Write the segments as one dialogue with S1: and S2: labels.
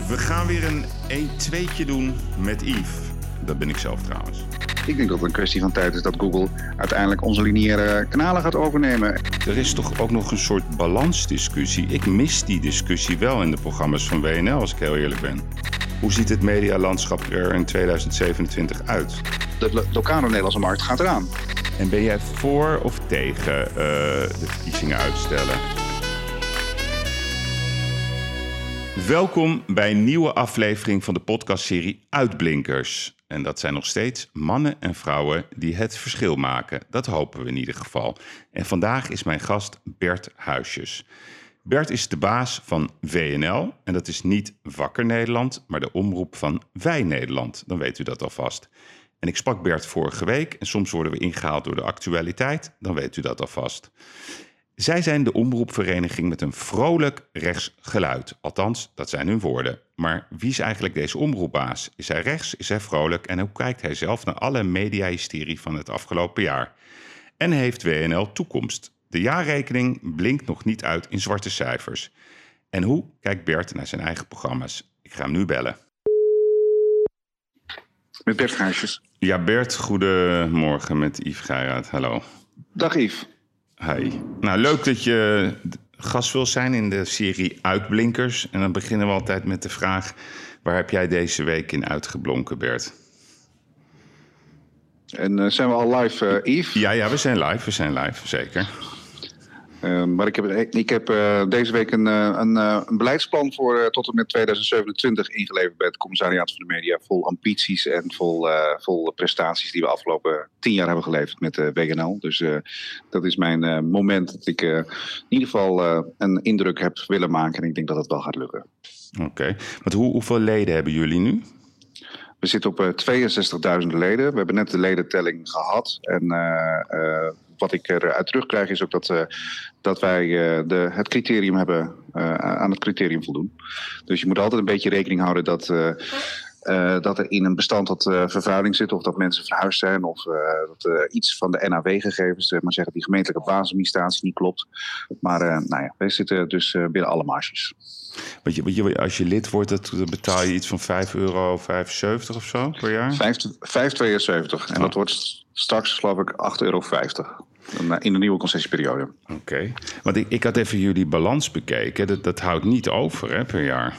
S1: We gaan weer een 1-2'tje doen met Yves. Dat ben ik zelf trouwens.
S2: Ik denk dat het een kwestie van tijd is dat Google uiteindelijk onze lineaire kanalen gaat overnemen.
S1: Er is toch ook nog een soort balansdiscussie. Ik mis die discussie wel in de programma's van WNL, als ik heel eerlijk ben. Hoe ziet het medialandschap er in 2027 uit?
S2: De lokale Nederlandse markt gaat eraan.
S1: En ben jij voor of tegen de verkiezingen uitstellen? Welkom bij een nieuwe aflevering van de podcastserie Uitblinkers. En dat zijn nog steeds mannen en vrouwen die het verschil maken. Dat hopen we in ieder geval. En vandaag is mijn gast Bert Huisjes. Bert is de baas van WNL. En dat is niet Wakker Nederland, maar de omroep van Wij Nederland. Dan weet u dat alvast. En ik sprak Bert vorige week en soms worden we ingehaald door de actualiteit. Dan weet u dat alvast. Zij zijn de omroepvereniging met een vrolijk rechts geluid. Althans, dat zijn hun woorden. Maar wie is eigenlijk deze omroepbaas? Is hij rechts? Is hij vrolijk? En hoe kijkt hij zelf naar alle mediahysterie van het afgelopen jaar? En heeft WNL toekomst? De jaarrekening blinkt nog niet uit in zwarte cijfers. En hoe kijkt Bert naar zijn eigen programma's? Ik ga hem nu bellen.
S2: Met Bert Huisjes.
S1: Ja, Bert, goedemorgen met Yves Geiraat. Hallo.
S2: Dag Yves.
S1: Hi. Nou, leuk dat je gast wil zijn in de serie Uitblinkers. En dan beginnen we altijd met de vraag: waar heb jij deze week in uitgeblonken, Bert?
S2: En zijn we al live, Yves?
S1: Ja, we zijn live, zeker.
S2: Maar ik heb deze week een beleidsplan voor tot en met 2027 ingeleverd bij het Commissariaat van de Media. Vol ambities en vol prestaties die we afgelopen 10 jaar hebben geleverd met WNL. Dus dat is mijn moment dat ik in ieder geval een indruk heb willen maken. En ik denk dat het wel gaat lukken.
S1: Oké. Want hoeveel leden hebben jullie nu?
S2: We zitten op 62.000 leden. We hebben net de ledentelling gehad. En wat ik eruit terugkrijg is ook dat wij het criterium hebben, aan het criterium voldoen. Dus je moet altijd een beetje rekening houden dat er in een bestand wat vervuiling zit, of dat mensen verhuisd zijn, of dat iets van de NAW-gegevens, maar zeggen die gemeentelijke basisadministratie niet klopt. Maar wij zitten dus binnen alle marges.
S1: Als je lid wordt, dan betaal je iets van €5,75 of zo per jaar?
S2: 5,72. En dat wordt straks, geloof ik, €8,50 in de nieuwe concessieperiode.
S1: Oké. Want ik had even jullie balans bekeken. Dat houdt niet over, hè, per jaar.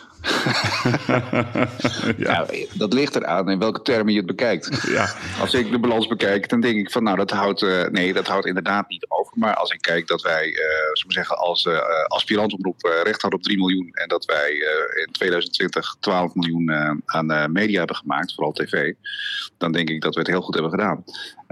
S2: Ja. Dat ligt eraan in welke termen je het bekijkt.
S1: Ja.
S2: Als ik de balans bekijk, dan denk ik van dat houdt inderdaad niet over. Maar als ik kijk dat wij als aspirantomroep recht hadden op 3 miljoen... en dat wij in 2020 12 miljoen aan media hebben gemaakt, vooral tv... dan denk ik dat we het heel goed hebben gedaan.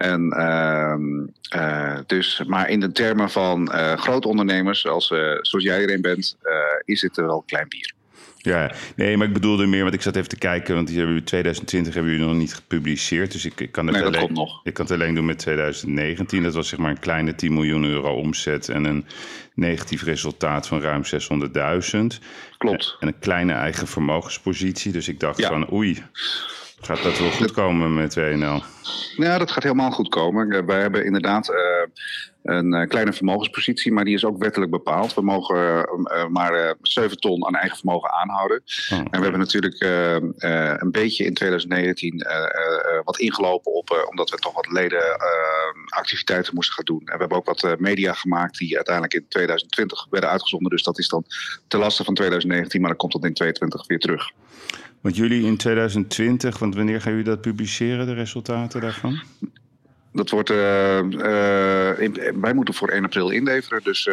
S2: Maar in de termen van grote ondernemers, zoals jij er een bent, is het wel klein bier.
S1: Ja, nee, maar ik bedoelde meer, want ik zat even te kijken, want in 2020 hebben jullie nog niet gepubliceerd. Dus ik kan het
S2: komt nog.
S1: Ik kan het alleen doen met 2019. Dat was zeg maar een kleine 10 miljoen euro omzet en een negatief resultaat van ruim 600.000.
S2: Klopt.
S1: En een kleine eigen vermogenspositie. Dus ik dacht van oei, gaat dat wel goed komen met WNL?
S2: Ja, dat gaat helemaal goed komen. Wij hebben inderdaad een kleine vermogenspositie, maar die is ook wettelijk bepaald. We mogen maar 7 ton aan eigen vermogen aanhouden.
S1: Okay.
S2: En we hebben natuurlijk een beetje in 2019 wat ingelopen omdat we toch wat ledenactiviteiten moesten gaan doen. En we hebben ook wat media gemaakt die uiteindelijk in 2020 werden uitgezonden. Dus dat is dan ten laste van 2019, maar dan komt dat in 2022 weer terug.
S1: Want jullie in 2020, want wanneer gaan jullie dat publiceren, de resultaten daarvan?
S2: Dat wordt, wij moeten voor 1 april inleveren. Dus,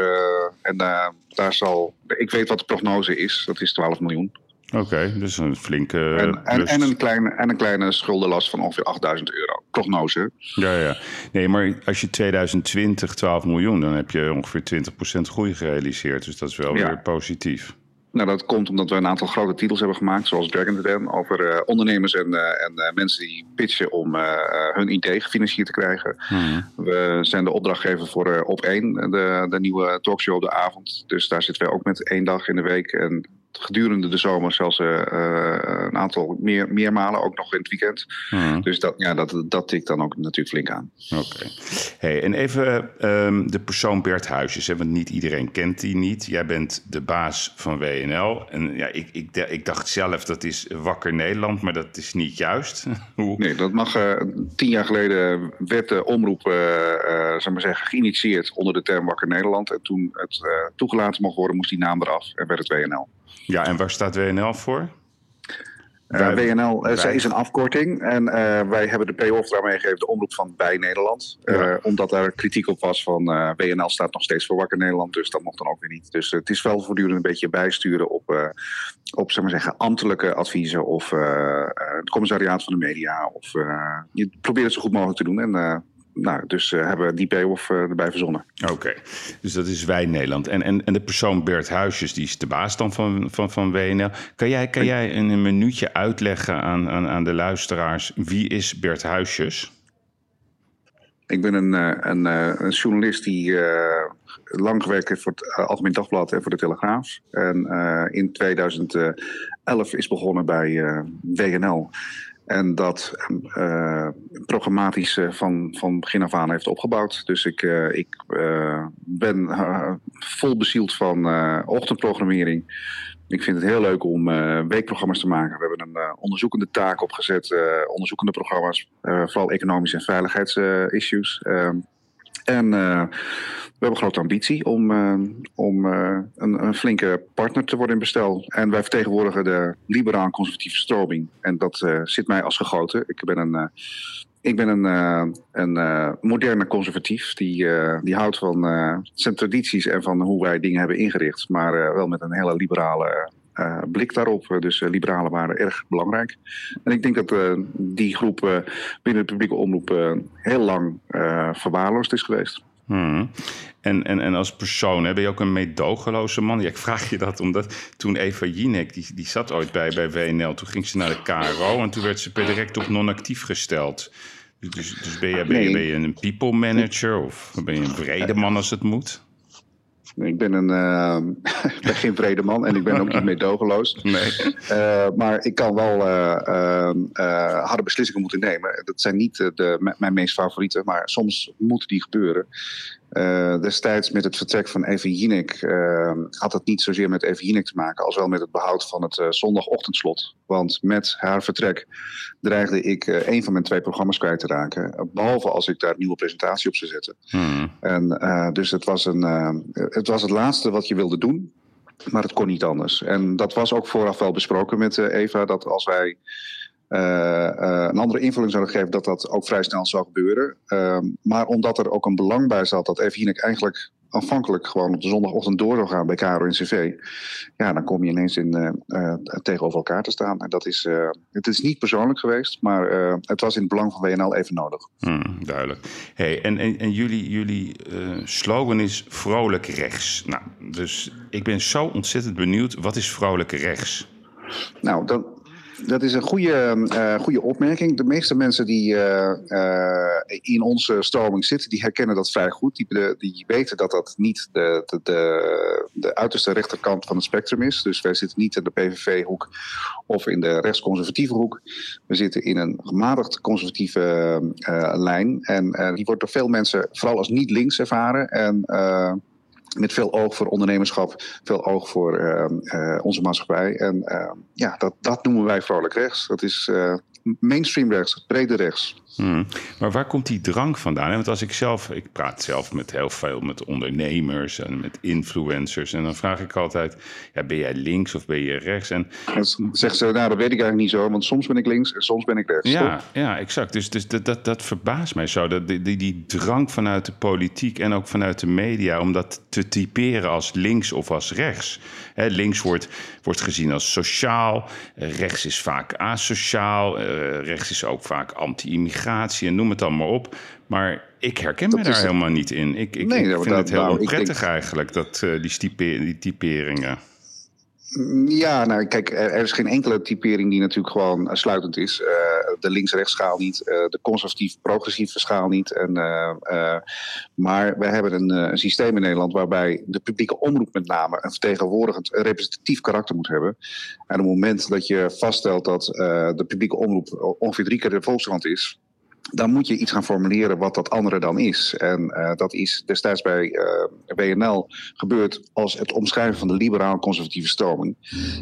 S2: ik weet wat de prognose is, dat is 12 miljoen.
S1: Oké, dus een flinke...
S2: En een kleine schuldenlast van ongeveer €8.000. Prognose.
S1: Ja. Nee, maar als je 2020 12 miljoen, dan heb je ongeveer 20% groei gerealiseerd. Dus dat is wel weer positief.
S2: Nou, dat komt omdat we een aantal grote titels hebben gemaakt, zoals Dragon the Den, over ondernemers en mensen die pitchen om hun idee gefinancierd te krijgen. We zijn de opdrachtgever voor Op1, de nieuwe talkshow op de avond. Dus daar zitten wij ook met 1 dag in de week. En gedurende de zomer zelfs een aantal meermalen, ook nog in het weekend. Dus dat tikt dan ook natuurlijk flink aan.
S1: Oké. Hey, en even de persoon Bert Huisjes, hè, want niet iedereen kent die niet. Jij bent de baas van WNL. En ja, ik dacht zelf dat is Wakker Nederland, maar dat is niet juist.
S2: Nee, dat mag. 10 jaar geleden werd de omroep geïnitieerd onder de term Wakker Nederland. En toen het toegelaten mocht worden, moest die naam eraf en werd het WNL.
S1: Ja, en waar staat WNL voor?
S2: WNL is een afkorting en wij hebben de payoff daarmee gegeven, de omroep van Bij Nederland. Omdat daar kritiek op was van WNL staat nog steeds voor Wakker Nederland, dus dat mocht dan ook weer niet. Dus het is wel voortdurend een beetje bijsturen op ambtelijke adviezen of het commissariaat van de media. Of je probeert het zo goed mogelijk te doen en... Dus hebben we die payoff erbij verzonnen.
S1: Oké, dus dat is Wij Nederland. En de persoon Bert Huisjes, die is de baas dan van WNL. Kan jij in een minuutje uitleggen aan de luisteraars, wie is Bert Huisjes?
S2: Ik ben een journalist die lang gewerkt heeft voor het Algemeen Dagblad en voor de Telegraaf. En in 2011 is begonnen bij WNL. En dat programmatisch van begin af aan heeft opgebouwd. Dus ik ben vol bezield van ochtendprogrammering. Ik vind het heel leuk om weekprogramma's te maken. We hebben een onderzoekende taak opgezet. Onderzoekende programma's, vooral economische en veiligheidsissues. En we hebben grote ambitie om een flinke partner te worden in bestel. En wij vertegenwoordigen de liberaal-conservatieve stroming. En dat zit mij als gegoten. Ik ben een moderne conservatief die houdt van zijn tradities en van hoe wij dingen hebben ingericht. Maar wel met een hele liberale blik daarop. Dus liberalen waren erg belangrijk. En ik denk dat die groep binnen de publieke omroep heel lang verwaarloosd is geweest.
S1: En als persoon, ben je ook een meedogenloze man? Ja, ik vraag je dat omdat toen Eva Jinek, die zat ooit bij WNL. Toen ging ze naar de KRO en toen werd ze per direct op non-actief gesteld. Dus ben je een people manager of ben je een vrede man als het moet?
S2: Ik ben geen vrede man en ik ben ook niet meedogenloos.
S1: Nee.
S2: Maar ik kan wel harde beslissingen moeten nemen. Dat zijn niet mijn meest favoriete, maar soms moeten die gebeuren. Destijds met het vertrek van Eva Jinek had het niet zozeer met Eva Jinek te maken als wel met het behoud van het zondagochtendslot. Want met haar vertrek dreigde ik een van mijn 2 programma's kwijt te raken. Behalve als ik daar een nieuwe presentatie op zou zetten. En dus het was het laatste wat je wilde doen. Maar het kon niet anders. En dat was ook vooraf wel besproken met Eva, dat als wij een andere invulling zouden geven, dat ook vrij snel zou gebeuren. Maar omdat er ook een belang bij zat dat Eva Jinek eigenlijk aanvankelijk gewoon op de zondagochtend door zou gaan bij KRO-NCV, ja, dan kom je ineens tegenover elkaar te staan. En het is niet persoonlijk geweest, maar het was in het belang van WNL even nodig.
S1: Duidelijk. Hey, en jullie slogan is vrolijk rechts. Nou, dus ik ben zo ontzettend benieuwd, wat is vrolijk rechts?
S2: Nou, dat is een goede opmerking. De meeste mensen die in onze stroming zitten, die herkennen dat vrij goed. Die weten dat dat niet de uiterste rechterkant van het spectrum is. Dus wij zitten niet in de PVV-hoek of in de rechtsconservatieve hoek. We zitten in een gematigd conservatieve lijn. En die wordt door veel mensen vooral als niet links ervaren. En met veel oog voor ondernemerschap, veel oog voor onze maatschappij. En dat noemen wij vrolijk rechts. Dat is mainstream rechts, brede rechts.
S1: Maar waar komt die drang vandaan? Want ik praat zelf met heel veel met ondernemers en met influencers. En dan vraag ik altijd, ben jij links of ben je rechts? En
S2: dan zegt ze, dat weet ik eigenlijk niet zo. Want soms ben ik links en soms ben ik rechts.
S1: Ja, exact. Dus dat verbaast mij zo. Die drang vanuit de politiek en ook vanuit de media om dat te typeren als links of als rechts. Links wordt gezien als sociaal. Rechts is vaak asociaal. Rechts is ook vaak anti-immigratie en noem het dan maar op. Maar ik herken me daar helemaal niet in. Ik vind het heel onprettig eigenlijk, die typeringen.
S2: Ja, nou kijk, er is geen enkele typering die natuurlijk gewoon sluitend is. De links-rechts schaal niet, de conservatief-progressieve schaal niet. Maar we hebben een systeem in Nederland waarbij de publieke omroep met name een vertegenwoordigend, een representatief karakter moet hebben. En op het moment dat je vaststelt dat de publieke omroep ongeveer 3 keer de Volkskrant is, dan moet je iets gaan formuleren wat dat andere dan is. En dat is destijds bij WNL gebeurd als het omschrijven van de liberaal-conservatieve stroming.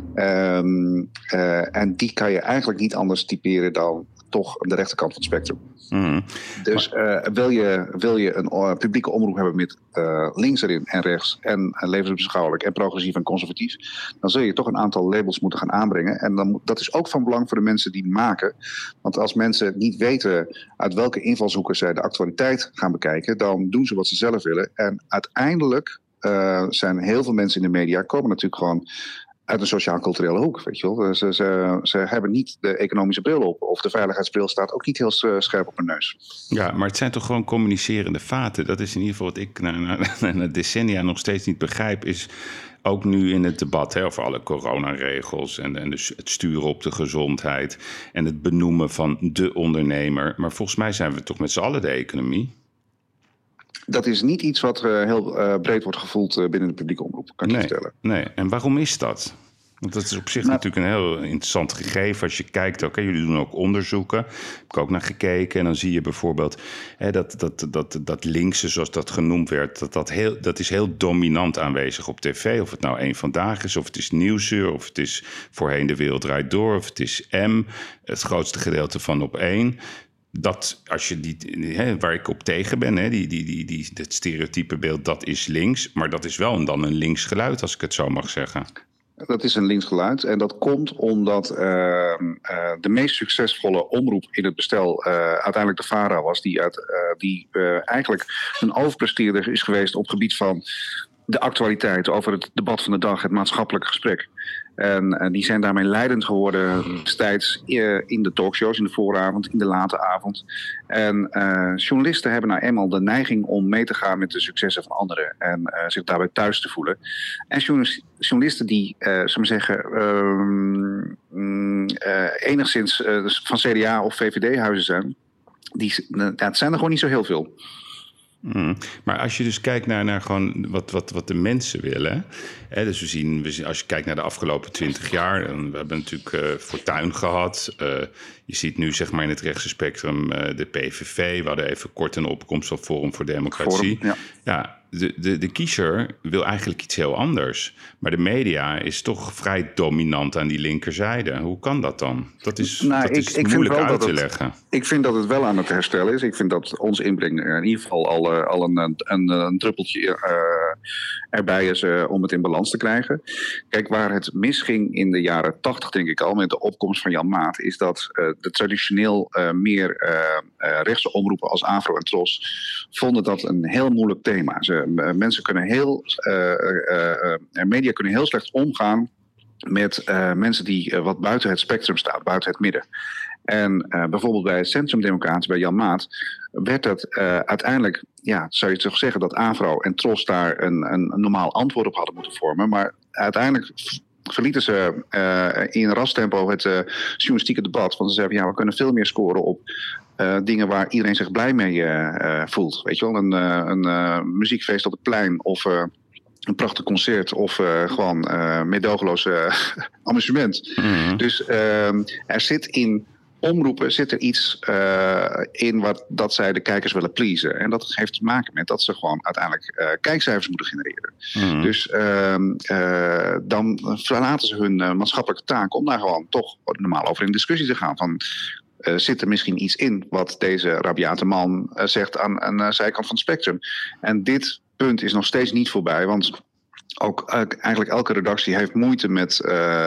S2: En die kan je eigenlijk niet anders typeren dan toch aan de rechterkant van het spectrum. Mm. Dus wil je een publieke omroep hebben met links erin en rechts en levensbeschouwelijk en progressief en conservatief, dan zul je toch een aantal labels moeten gaan aanbrengen. En dat is ook van belang voor de mensen die maken. Want als mensen niet weten uit welke invalshoeken zij de actualiteit gaan bekijken, dan doen ze wat ze zelf willen. En uiteindelijk zijn heel veel mensen in de media komen natuurlijk gewoon uit een sociaal-culturele hoek, weet je wel. Ze hebben niet de economische bril op. Of de veiligheidsbril staat ook niet heel scherp op hun neus.
S1: Ja, maar het zijn toch gewoon communicerende vaten. Dat is in ieder geval wat ik na decennia nog steeds niet begrijp. Is ook nu in het debat over alle coronaregels en dus het sturen op de gezondheid en het benoemen van de ondernemer. Maar volgens mij zijn we toch met z'n allen de economie.
S2: Dat is niet iets wat heel breed wordt gevoeld binnen de publieke omroep, kan ik je vertellen.
S1: Nee, en waarom is dat? Want dat is op zich natuurlijk een heel interessant gegeven. Als je kijkt, jullie doen ook onderzoeken. Heb ik ook naar gekeken. En dan zie je bijvoorbeeld dat linkse, zoals dat genoemd werd, dat is heel dominant aanwezig op tv. Of het nou Eén Vandaag is, of het is Nieuwsuur, of het is voorheen De Wereld Draait Door, of het is M, het grootste gedeelte van Op1. Dat als je waar ik op tegen ben, dat stereotype beeld, dat is links. Maar dat is wel dan een links geluid, als ik het zo mag zeggen.
S2: Dat is een links geluid. En dat komt omdat de meest succesvolle omroep in het bestel uiteindelijk de VARA was. Die eigenlijk een overpresteerder is geweest op het gebied van de actualiteit, over het debat van de dag, het maatschappelijke gesprek. En die zijn daarmee leidend geworden destijds in de talkshows, in de vooravond, in de late avond. En journalisten hebben nou eenmaal de neiging om mee te gaan met de successen van anderen en zich daarbij thuis te voelen. En journalisten die, enigszins van CDA of VVD-huizen zijn, het zijn er gewoon niet zo heel veel.
S1: Maar als je dus kijkt naar gewoon wat de mensen willen. Dus we zien, als je kijkt naar de afgelopen 20 jaar. We hebben natuurlijk Fortuyn gehad. Je ziet nu zeg maar in het rechtse spectrum de PVV. We hadden even kort een opkomst van Forum voor Democratie. Forum, ja, de kiezer wil eigenlijk iets heel anders. Maar de media is toch vrij dominant aan die linkerzijde. Hoe kan dat dan? Dat is moeilijk uit te leggen.
S2: Ik vind dat het wel aan het herstellen is. Ik vind dat onze inbreng in ieder geval al een druppeltje erbij is om het in balans te krijgen. Kijk, waar het misging in de jaren 80, denk ik al, met de opkomst van Jan Maat, is dat de traditioneel meer rechtse omroepen als Avro en Tros vonden dat een heel moeilijk thema. Mensen kunnen media kunnen heel slecht omgaan met mensen die wat buiten het spectrum staan, buiten het midden. En bijvoorbeeld bij het Centrum Democratie, bij Jan Maat, werd het uiteindelijk, zou je toch zeggen dat Avro en Tros daar een normaal antwoord op hadden moeten vormen. Maar uiteindelijk verlieten ze in rastempo het journalistieke debat. Want ze zeiden, we kunnen veel meer scoren op dingen waar iedereen zich blij mee voelt. Weet je wel, een muziekfeest op het plein of een prachtig concert of gewoon meedogenloos amusement. Mm-hmm. Dus er zit in omroepen er iets in dat zij de kijkers willen pleasen. En dat heeft te maken met dat ze gewoon uiteindelijk kijkcijfers moeten genereren. Mm-hmm. Dus dan verlaten ze hun maatschappelijke taak om daar gewoon toch normaal over in discussie te gaan. Van, zit er misschien iets in wat deze rabiate man zegt aan de zijkant van het spectrum. En dit punt is nog steeds niet voorbij, want ook eigenlijk elke redactie heeft moeite met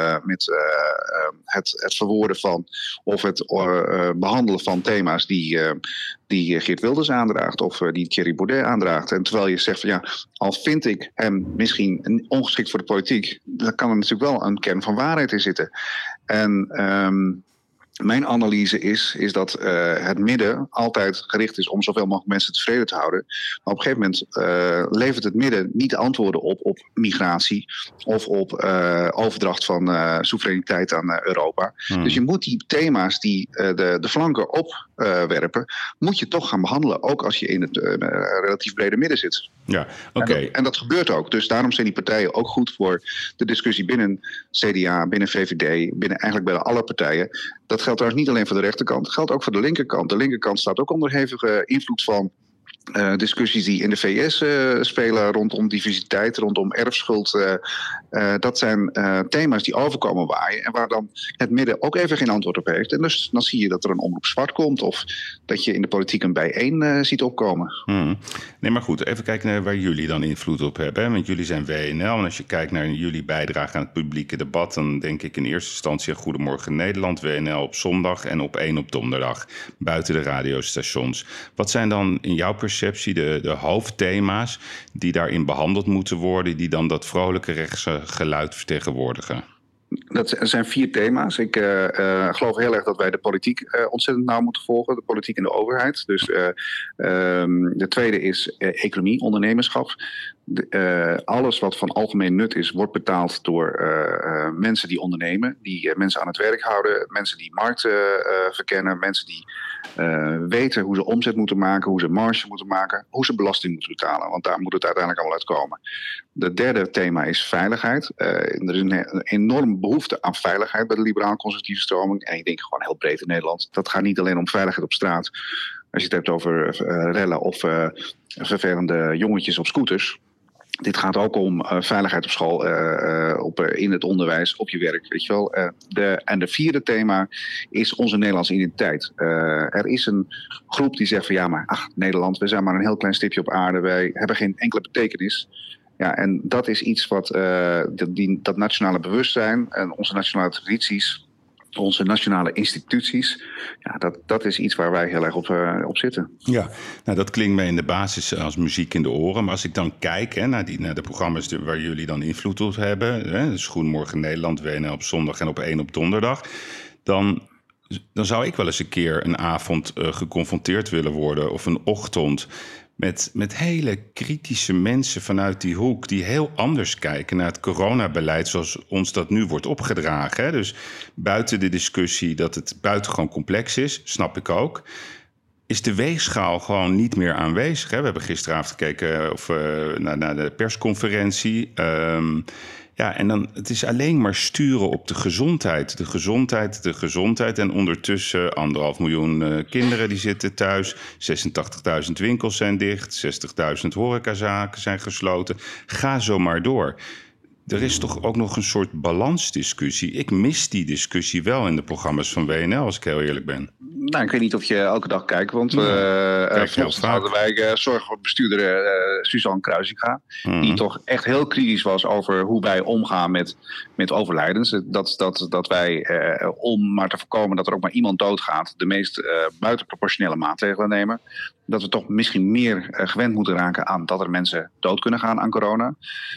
S2: het verwoorden van of het behandelen van thema's die Geert Wilders aandraagt of die Thierry Baudet aandraagt. En terwijl je zegt van al vind ik hem misschien ongeschikt voor de politiek, dan kan er natuurlijk wel een kern van waarheid in zitten. En Mijn analyse is dat het midden altijd gericht is om zoveel mogelijk mensen tevreden te houden. Maar op een gegeven moment levert het midden niet antwoorden op migratie of op overdracht van soevereiniteit aan Europa. Dus je moet die thema's die de flanken opwerpen, moet je toch gaan behandelen. Ook als je in het relatief brede midden zit.
S1: Ja, oké.
S2: En dat gebeurt ook. Dus daarom zijn die partijen ook goed voor de discussie binnen CDA, binnen VVD, binnen eigenlijk bij alle partijen. Dat geldt trouwens niet alleen voor de rechterkant, dat geldt ook voor de linkerkant. De linkerkant staat ook onder hevige invloed van discussies die in de VS spelen rondom diversiteit, rondom erfschuld. Dat zijn thema's die overkomen waaien en waar dan het midden ook even geen antwoord op heeft. En dus dan zie je dat er een omroep zwart komt of dat je in de politiek een bijeen ziet opkomen.
S1: Nee, maar goed, even kijken naar waar jullie dan invloed op hebben. Hè? Want jullie zijn WNL en als je kijkt naar jullie bijdrage aan het publieke debat, dan denk ik in eerste instantie aan Goedemorgen Nederland, WNL op zondag en op 1 op donderdag, buiten de radiostations. Wat zijn dan in jouw perceptie de hoofdthema's die daarin behandeld moeten worden, die dan dat vrolijke rechtse geluid vertegenwoordigen?
S2: Dat zijn 4 thema's. Ik geloof heel erg dat wij de politiek ontzettend nauw moeten volgen. De politiek en de overheid. Dus de tweede is economie, ondernemerschap. Alles wat van algemeen nut is, wordt betaald door mensen die ondernemen. Die mensen aan het werk houden. Mensen die markten verkennen. Mensen die weten hoe ze omzet moeten maken. Hoe ze marge moeten maken. Hoe ze belasting moeten betalen. Want daar moet het uiteindelijk allemaal uitkomen. Het derde thema is veiligheid. Er is een enorme behoefte aan veiligheid bij de liberaal-conservatieve stroming. En ik denk gewoon heel breed in Nederland. Dat gaat niet alleen om veiligheid op straat. Als je het hebt over rellen of vervelende jongetjes op scooters. Dit gaat ook om veiligheid op school, in het onderwijs, op je werk. Weet je wel. En de vierde thema is onze Nederlandse identiteit. Er is een groep die zegt van ja, maar Nederland, we zijn maar een heel klein stipje op aarde. Wij hebben geen enkele betekenis. Ja, en dat is iets wat dat nationale bewustzijn en onze nationale tradities, onze nationale instituties, ja, dat is iets waar wij heel erg op zitten.
S1: Ja, nou dat klinkt mij in de basis als muziek in de oren. Maar als ik dan kijk naar de programma's waar jullie dan invloed op hebben, dus Goedemorgen Nederland, WNL op zondag en op 1 op donderdag, dan zou ik wel eens een keer een avond geconfronteerd willen worden of een ochtend met hele kritische mensen vanuit die hoek die heel anders kijken naar het coronabeleid zoals ons dat nu wordt opgedragen. Hè? Dus buiten de discussie dat het buitengewoon complex is, snap ik ook, is de weegschaal gewoon niet meer aanwezig. Hè? We hebben gisteravond gekeken naar de persconferentie. Ja, en dan het is alleen maar sturen op de gezondheid. De gezondheid. En ondertussen 1,5 miljoen kinderen die zitten thuis. 86.000 winkels zijn dicht. 60.000 horecazaken zijn gesloten. Ga zo maar door. Er is toch ook nog een soort balansdiscussie. Ik mis die discussie wel in de programma's van WNL, als ik heel eerlijk ben.
S2: Nou, ik weet niet of je elke dag kijkt, want vanochtend hadden wij zorg voor bestuurder Suzanne Kruisinga, die toch echt heel kritisch was over hoe wij omgaan met overlijdens. Dat wij, om maar te voorkomen dat er ook maar iemand doodgaat, de meest buitenproportionele maatregelen nemen. Dat we toch misschien meer gewend moeten raken aan dat er mensen dood kunnen gaan aan corona.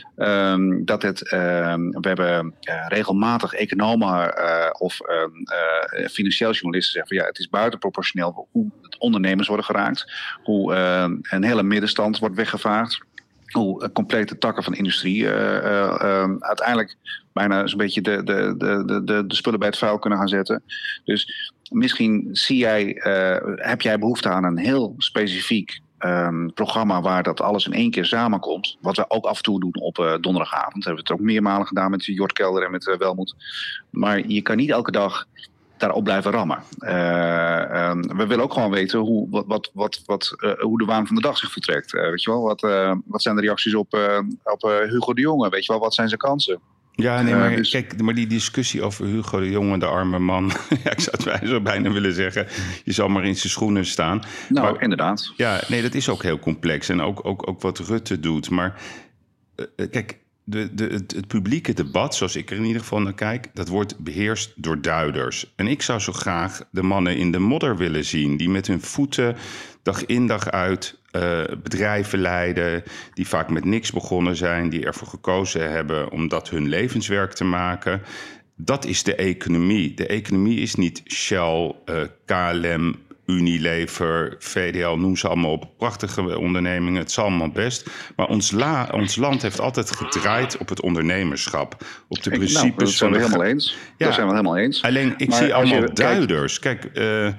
S2: We hebben regelmatig economen of financieel journalisten zeggen van ja, het is buitenproportioneel hoe ondernemers worden geraakt. Hoe een hele middenstand wordt weggevaagd. Hoe complete takken van industrie uiteindelijk bijna zo'n beetje de spullen bij het vuil kunnen gaan zetten. Dus misschien heb jij behoefte aan een heel specifiek programma waar dat alles in één keer samenkomt. Wat we ook af en toe doen op donderdagavond. Dat hebben we het ook meermalen gedaan met Jort Kelder en met Welmoed. Maar je kan niet elke dag daarop blijven rammen. We willen ook gewoon weten hoe de waan van de dag zich vertrekt. Weet je wel? Wat zijn de reacties op Hugo de Jonge? Weet je wel? Wat zijn zijn kansen?
S1: Ja, nee, maar kijk, maar die discussie over Hugo de Jonge, de arme man. Ja, ik zou het zo bijna willen zeggen. Je zal maar in zijn schoenen staan.
S2: Nou,
S1: maar,
S2: inderdaad.
S1: Ja, nee, dat is ook heel complex. En ook wat Rutte doet. Maar kijk, het publieke debat, zoals ik er in ieder geval naar kijk, dat wordt beheerst door duiders. En ik zou zo graag de mannen in de modder willen zien, die met hun voeten dag in dag uit bedrijven leiden, die vaak met niks begonnen zijn, die ervoor gekozen hebben om dat hun levenswerk te maken. dat is de economie. De economie is niet Shell, KLM, Unilever, VDL, noem ze allemaal op. Prachtige ondernemingen, het is allemaal best. Maar ons land heeft altijd gedraaid op het ondernemerschap. Op de principes
S2: dat zijn we helemaal eens.
S1: Ja,
S2: dat zijn we helemaal eens.
S1: Alleen, ik zie allemaal duiders. Kijk,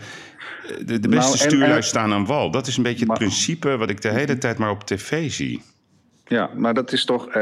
S1: de beste stuurlui staan aan wal. Dat is een beetje het principe wat ik de hele tijd maar op tv zie.
S2: Ja, maar dat is toch...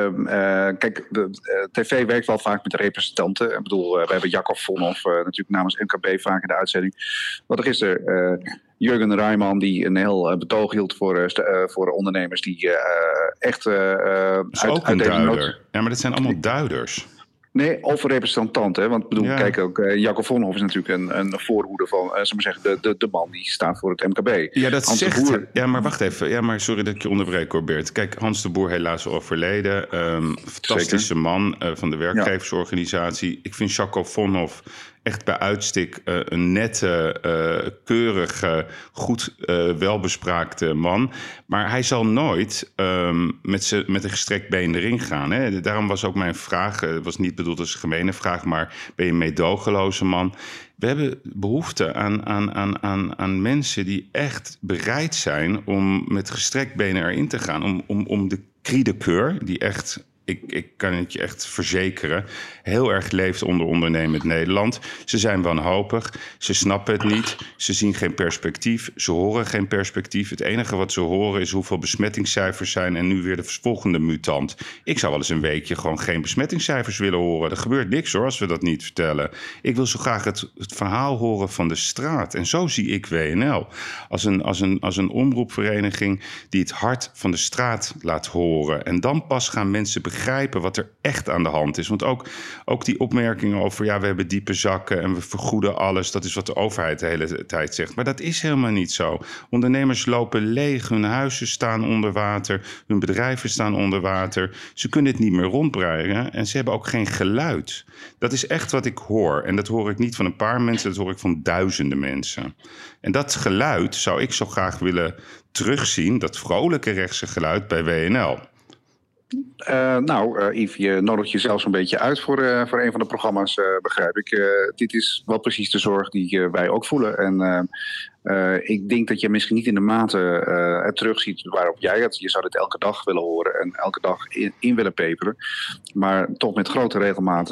S2: kijk, tv werkt wel vaak met de representanten. Ik bedoel, we hebben Jacob Vonhoff natuurlijk namens MKB vaak in de uitzending. Wat er gisteren Jurgen Rijman die een heel betoog hield voor ondernemers die echt...
S1: dat is ook een duider. Ja, maar dat zijn allemaal duiders.
S2: Nee, overrepresentanten. Want bedoel, kijk ook, Jacob Vonhoff is natuurlijk een voorhoede van, de man die staat voor het MKB.
S1: Ja, dat Hans zegt... de Boer... Ja, maar wacht even. Ja, maar sorry dat ik je onderbreek, hoor, Bert. Kijk, Hans de Boer helaas overleden. Fantastische man van de werkgeversorganisatie. Ik vind Jacob Vonhoff echt bij uitstek een nette, keurige, goed welbespraakte man. Maar hij zal nooit met een gestrekt been erin gaan. Hè? Daarom was ook mijn vraag, het was niet bedoeld als een gemene vraag, maar ben je een meedogenloze man? We hebben behoefte aan mensen die echt bereid zijn om met gestrekt benen erin te gaan. Om de cri de coeur, die echt... Ik kan het je echt verzekeren, heel erg leeft onder ondernemend Nederland. Ze zijn wanhopig, ze snappen het niet, ze zien geen perspectief, ze horen geen perspectief. Het enige wat ze horen is hoeveel besmettingscijfers zijn en nu weer de volgende mutant. Ik zou wel eens een weekje gewoon geen besmettingscijfers willen horen. Er gebeurt niks hoor, als we dat niet vertellen. Ik wil zo graag het verhaal horen van de straat. En zo zie ik WNL. Als een omroepvereniging die het hart van de straat laat horen. En dan pas gaan mensen begrijpen wat er echt aan de hand is. Want ook die opmerkingen over... we hebben diepe zakken en we vergoeden alles... dat is wat de overheid de hele tijd zegt. Maar dat is helemaal niet zo. Ondernemers lopen leeg, hun huizen staan onder water... hun bedrijven staan onder water. Ze kunnen het niet meer rondbrengen en ze hebben ook geen geluid. Dat is echt wat ik hoor. En dat hoor ik niet van een paar mensen, dat hoor ik van duizenden mensen. En dat geluid zou ik zo graag willen terugzien... dat vrolijke rechtse geluid bij WNL...
S2: Yves, je nodigt jezelf een beetje uit voor een van de programma's, begrijp ik. Dit is wel precies de zorg die wij ook voelen. En ik denk dat je misschien niet in de mate het terugziet waarop jij het... Je zou dit elke dag willen horen en elke dag in willen peperen. Maar toch met grote regelmaat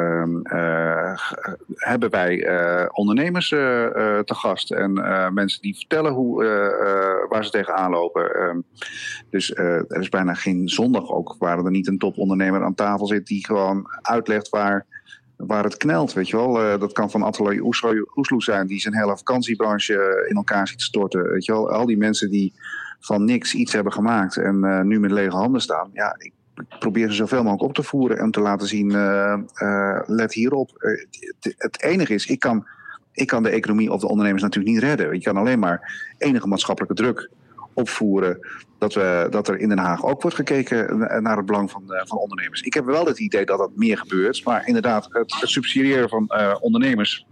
S2: hebben wij ondernemers te gast. En mensen die vertellen waar ze tegenaan lopen. Dus er is bijna geen zondag ook waar er niet een topondernemer aan tafel zit... die gewoon uitlegt waar het knelt, weet je wel. Dat kan van Atelier Oesloe zijn... die zijn hele vakantiebranche in elkaar ziet storten. Weet je wel. Al die mensen die van niks iets hebben gemaakt... en nu met lege handen staan. Ja, ik probeer ze zoveel mogelijk op te voeren... en te laten zien, let hierop. Het enige is, ik kan de economie of de ondernemers natuurlijk niet redden. Je kan alleen maar enige maatschappelijke druk opvoeren... dat er in Den Haag ook wordt gekeken naar het belang van ondernemers. Ik heb wel het idee dat dat meer gebeurt. Maar inderdaad, het subsidiëren van ondernemers...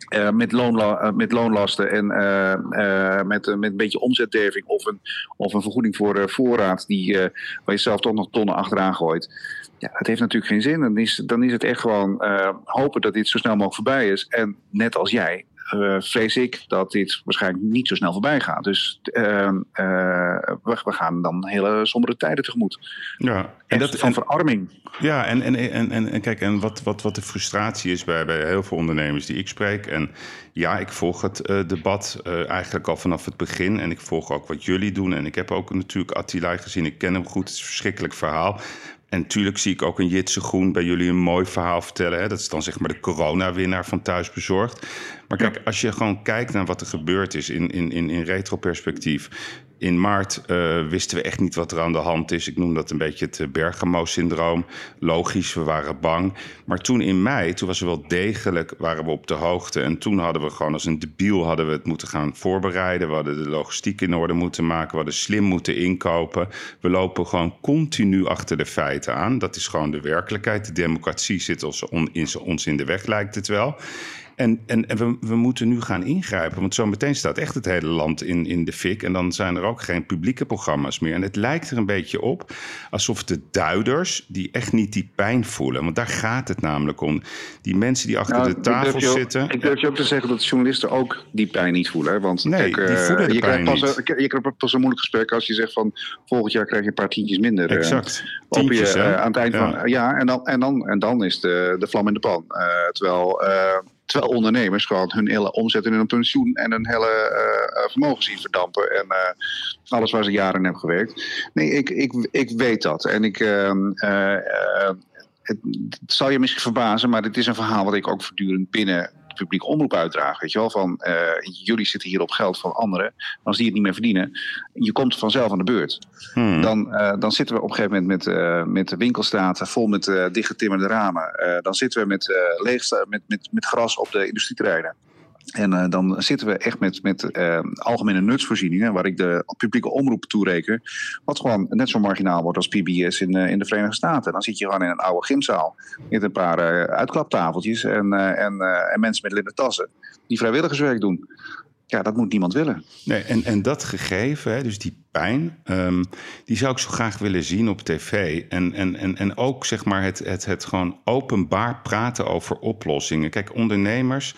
S2: met loonlasten en met een beetje omzetderving... of een vergoeding voor voorraad... waar je zelf toch nog tonnen achteraan gooit... Ja, dat heeft natuurlijk geen zin. Dan is het echt gewoon hopen dat dit zo snel mogelijk voorbij is. En net als jij... vrees ik dat dit waarschijnlijk niet zo snel voorbij gaat. Dus we gaan dan hele sombere tijden tegemoet. Ja, en dat van verarming.
S1: Ja, en kijk, en wat de frustratie is bij heel veel ondernemers die ik spreek. En ja, ik volg het debat eigenlijk al vanaf het begin. En ik volg ook wat jullie doen. En ik heb ook natuurlijk Attila gezien. Ik ken hem goed. Het is een verschrikkelijk verhaal. En natuurlijk zie ik ook een Jitse Groen bij jullie een mooi verhaal vertellen. Hè? Dat is dan zeg maar de coronawinnaar van Thuisbezorgd. Maar kijk, als je gewoon kijkt naar wat er gebeurd is in retroperspectief. In maart wisten we echt niet wat er aan de hand is. Ik noem dat een beetje het Bergamo-syndroom. Logisch, we waren bang. Maar toen in mei, toen was er wel degelijk, waren we op de hoogte. En toen hadden we gewoon als een debiel hadden we het moeten gaan voorbereiden. We hadden de logistiek in orde moeten maken. We hadden slim moeten inkopen. We lopen gewoon continu achter de feiten aan. Dat is gewoon de werkelijkheid. De democratie zit ons in de weg, lijkt het wel. En we moeten nu gaan ingrijpen. Want zo meteen staat echt het hele land in de fik. En dan zijn er ook geen publieke programma's meer. En het lijkt er een beetje op alsof de duiders die echt niet die pijn voelen. Want daar gaat het namelijk om. Die mensen die achter de tafel zitten.
S2: Ik durf je ook te zeggen dat journalisten ook die pijn niet voelen. Hè? Want
S1: nee,
S2: kijk,
S1: die voelen de pijn niet.
S2: Je krijgt pas een moeilijk gesprek als je zegt van volgend jaar krijg je een paar tientjes minder.
S1: Exact. Tientjes,
S2: aan het eind van en dan is de vlam in de pan. Terwijl ondernemers gewoon hun hele omzet in hun pensioen en hun hele vermogen zien verdampen. En alles waar ze jaren in hebben gewerkt. Nee, ik weet dat. En het zal je misschien verbazen, maar dit is een verhaal wat ik ook voortdurend binnen de publieke omroep uitdraag. Weet je wel, van jullie zitten hier op geld van anderen. Als die het niet meer verdienen, je komt vanzelf aan de beurt. Dan zitten we op een gegeven moment met de winkelstraten vol met dichtgetimmerde ramen. Dan zitten we met gras op de industrieterreinen. En dan zitten we echt met algemene nutsvoorzieningen, waar ik de publieke omroep toereken, wat gewoon net zo marginaal wordt als PBS in de Verenigde Staten. Dan zit je gewoon in een oude gymzaal met een paar uitklaptafeltjes en mensen met linnen tassen die vrijwilligerswerk doen. Ja, dat moet niemand willen.
S1: Nee, en dat gegeven, hè, dus die pijn, die zou ik zo graag willen zien op tv. En ook zeg maar het gewoon openbaar praten over oplossingen. Kijk, ondernemers,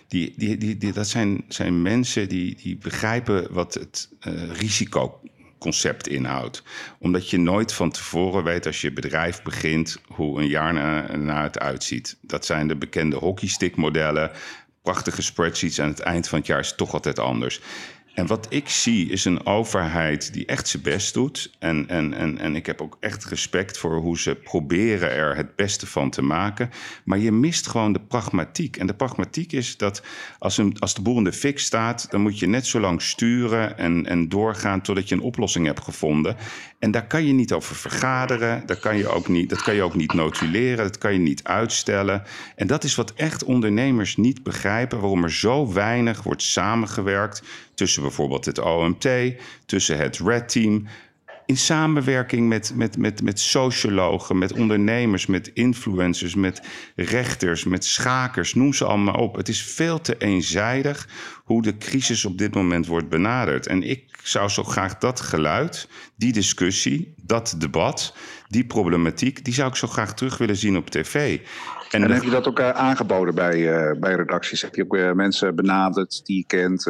S1: dat zijn mensen die begrijpen wat het risicoconcept inhoudt. Omdat je nooit van tevoren weet als je bedrijf begint hoe een jaar na het uitziet. Dat zijn de bekende hockeystickmodellen. Prachtige spreadsheets aan het eind van het jaar is het toch altijd anders. En wat ik zie is een overheid die echt zijn best doet. En ik heb ook echt respect voor hoe ze proberen er het beste van te maken. Maar je mist gewoon de pragmatiek. En de pragmatiek is dat als de boel in de fik staat, dan moet je net zo lang sturen en doorgaan totdat je een oplossing hebt gevonden. En daar kan je niet over vergaderen. Dat kan je ook niet notuleren. Dat kan je niet uitstellen. En dat is wat echt ondernemers niet begrijpen. Waarom er zo weinig wordt samengewerkt tussen bijvoorbeeld het OMT, tussen het Red Team, in samenwerking met sociologen, met ondernemers, met influencers, met rechters, met schakers, noem ze allemaal op. Het is veel te eenzijdig hoe de crisis op dit moment wordt benaderd. En ik zou zo graag dat geluid, die discussie, dat debat, die problematiek, die zou ik zo graag terug willen zien op tv.
S2: En heb je dat ook aangeboden bij redacties? Heb je ook mensen benaderd die je kent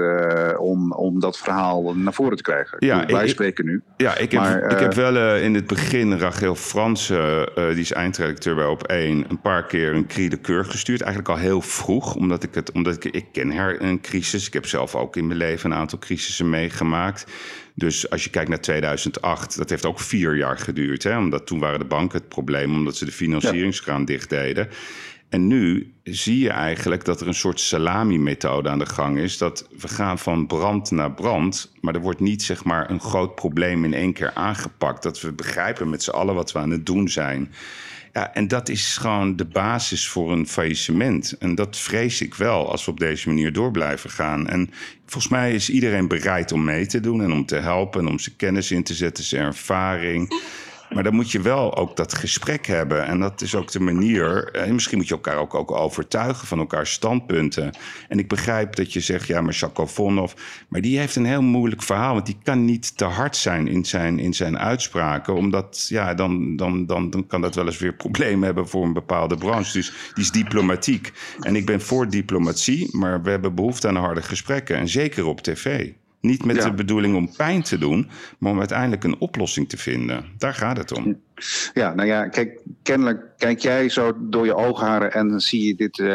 S2: om dat verhaal naar voren te krijgen?
S1: Ja,
S2: wij spreken nu.
S1: Ja, ik heb wel in het begin Rachel Fransen, die is eindredacteur bij Op1, een paar keer een cri de coeur gestuurd. Eigenlijk al heel vroeg, omdat ik ken haar een crisis. Ik heb zelf ook in mijn leven een aantal crisissen meegemaakt. Dus als je kijkt naar 2008, dat heeft ook 4 jaar geduurd. Hè? Omdat toen waren de banken het probleem, omdat ze de financieringskraan dicht deden. En nu zie je eigenlijk dat er een soort salami-methode aan de gang is. Dat we gaan van brand naar brand, maar er wordt niet zeg maar een groot probleem in één keer aangepakt. Dat we begrijpen met z'n allen wat we aan het doen zijn. Ja, en dat is gewoon de basis voor een faillissement. En dat vrees ik wel als we op deze manier door blijven gaan. En volgens mij is iedereen bereid om mee te doen en om te helpen en om zijn kennis in te zetten, zijn ervaring. Maar dan moet je wel ook dat gesprek hebben. En dat is ook de manier. En misschien moet je elkaar ook overtuigen van elkaars standpunten. En ik begrijp dat je zegt, ja, maar Jacques Vonhoff. Maar die heeft een heel moeilijk verhaal. Want die kan niet te hard zijn in zijn uitspraken. Omdat, ja, dan kan dat wel eens weer problemen hebben voor een bepaalde branche. Dus die is diplomatiek. En ik ben voor diplomatie. Maar we hebben behoefte aan harde gesprekken. En zeker op tv. Niet met de bedoeling om pijn te doen, maar om uiteindelijk een oplossing te vinden. Daar gaat het om.
S2: Ja, nou ja, kijk, kennelijk kijk jij zo door je oogharen en zie je dit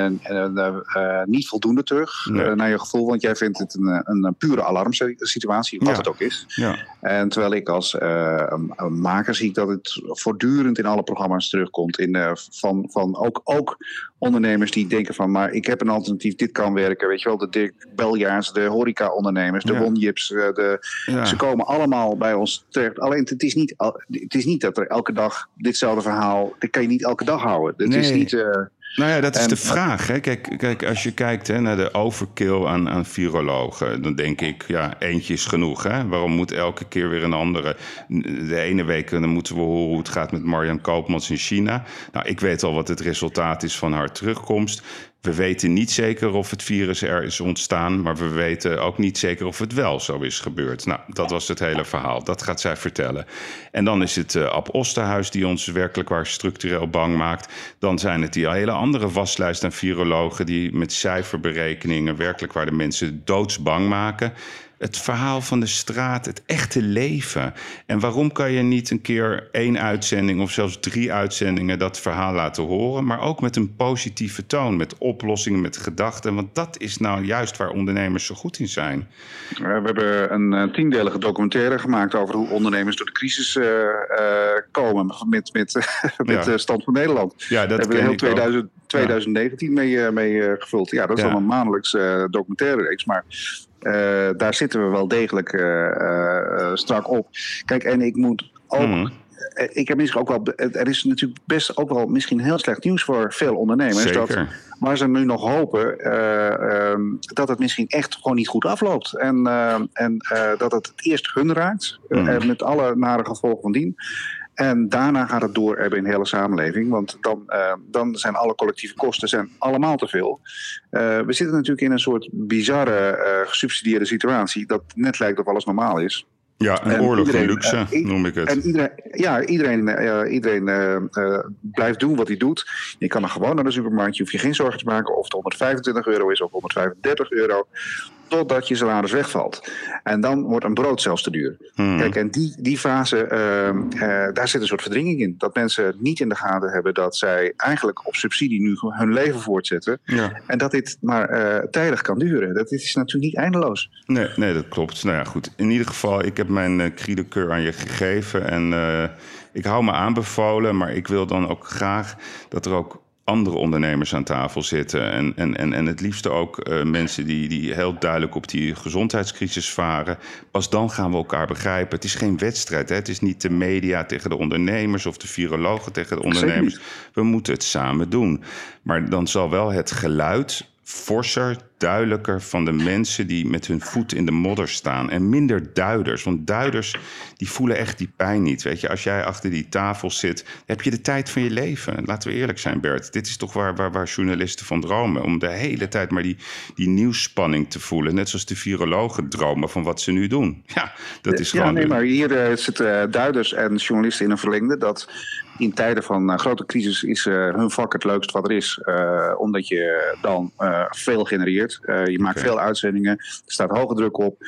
S2: niet voldoende terug naar je gevoel. Want jij vindt het een pure alarmsituatie, wat het ook is. Ja. En terwijl ik als maker zie ik dat het voortdurend in alle programma's terugkomt. Van ook ondernemers die denken van, maar ik heb een alternatief, dit kan werken. Weet je wel, de Dirk Beljaars, de horeca-ondernemers, de Wonjips. Ze komen allemaal bij ons terecht. Alleen het is niet dat er elke dag ditzelfde verhaal, dat kan je niet elke dag houden. Het is niet...
S1: Nou ja, dat is de vraag. Hè. Kijk, als je kijkt naar de overkill aan virologen, dan denk ik, ja, eentje is genoeg. Hè? Waarom moet elke keer weer een andere? De ene week dan moeten we horen hoe het gaat met Marianne Koopmans in China. Nou, ik weet al wat het resultaat is van haar terugkomst. We weten niet zeker of het virus er is ontstaan, maar we weten ook niet zeker of het wel zo is gebeurd. Nou, dat was het hele verhaal. Dat gaat zij vertellen. En dan is het Ab Osterhuis die ons werkelijk waar structureel bang maakt. Dan zijn het die hele andere waslijst aan virologen die met cijferberekeningen werkelijk waar de mensen doodsbang maken. Het verhaal van de straat, het echte leven. En waarom kan je niet een keer 1 uitzending of zelfs 3 uitzendingen dat verhaal laten horen, maar ook met een positieve toon, met oplossingen, met gedachten. Want dat is nou juist waar ondernemers zo goed in zijn.
S2: We hebben een 10-delige documentaire gemaakt over hoe ondernemers door de crisis komen met Stand van Nederland.
S1: Ja, dat
S2: hebben we heel 2019 mee gevuld. Ja, dat is dan een maandelijks documentaire reeks, maar daar zitten we wel degelijk strak op. Kijk, en ik moet ook. Ik heb misschien ook wel. Er is natuurlijk best ook wel misschien heel slecht nieuws voor veel ondernemers.
S1: Zeker.
S2: Maar ze nu nog hopen dat het misschien echt gewoon niet goed afloopt. En dat het eerst hun raakt. Met alle nare gevolgen van dien. En daarna gaat het door in de hele samenleving. Want dan zijn alle collectieve kosten allemaal te veel. We zitten natuurlijk in een soort bizarre gesubsidieerde situatie. Dat net lijkt of alles normaal is.
S1: Ja, een oorlog van luxe noem ik het.
S2: En iedereen blijft doen wat hij doet. Je kan er gewoon naar de supermarkt. Je hoeft je geen zorgen te maken of het €125 is of €135. Totdat je salaris wegvalt. En dan wordt een brood zelfs te duur. Kijk, en die fase, daar zit een soort verdringing in. Dat mensen niet in de gaten hebben dat zij eigenlijk op subsidie nu hun leven voortzetten. Ja. En dat dit maar tijdig kan duren. Dat is natuurlijk niet eindeloos.
S1: Nee, dat klopt. Nou ja, goed. In ieder geval, ik heb mijn cri de coeur aan je gegeven. En ik hou me aanbevolen, maar ik wil dan ook graag dat er ook andere ondernemers aan tafel zitten. En het liefste ook mensen die heel duidelijk op die gezondheidscrisis varen. Pas dan gaan we elkaar begrijpen. Het is geen wedstrijd. Hè? Het is niet de media tegen de ondernemers of de virologen tegen de ondernemers. We moeten het samen doen. Maar dan zal wel het geluid forser, duidelijker van de mensen die met hun voet in de modder staan. En minder duiders. Want duiders die voelen echt die pijn niet. Weet je, als jij achter die tafel zit, heb je de tijd van je leven. Laten we eerlijk zijn, Bert. Dit is toch waar journalisten van dromen. Om de hele tijd maar die nieuwsspanning te voelen. Net zoals de virologen dromen van wat ze nu doen. Ja, dat is gewoon.
S2: Ja, nee, maar hier zitten duiders en journalisten in een verlengde. Dat in tijden van grote crisis is hun vak het leukst wat er is. Omdat je dan veel genereert. Je maakt veel uitzendingen. Er staat hoge druk op.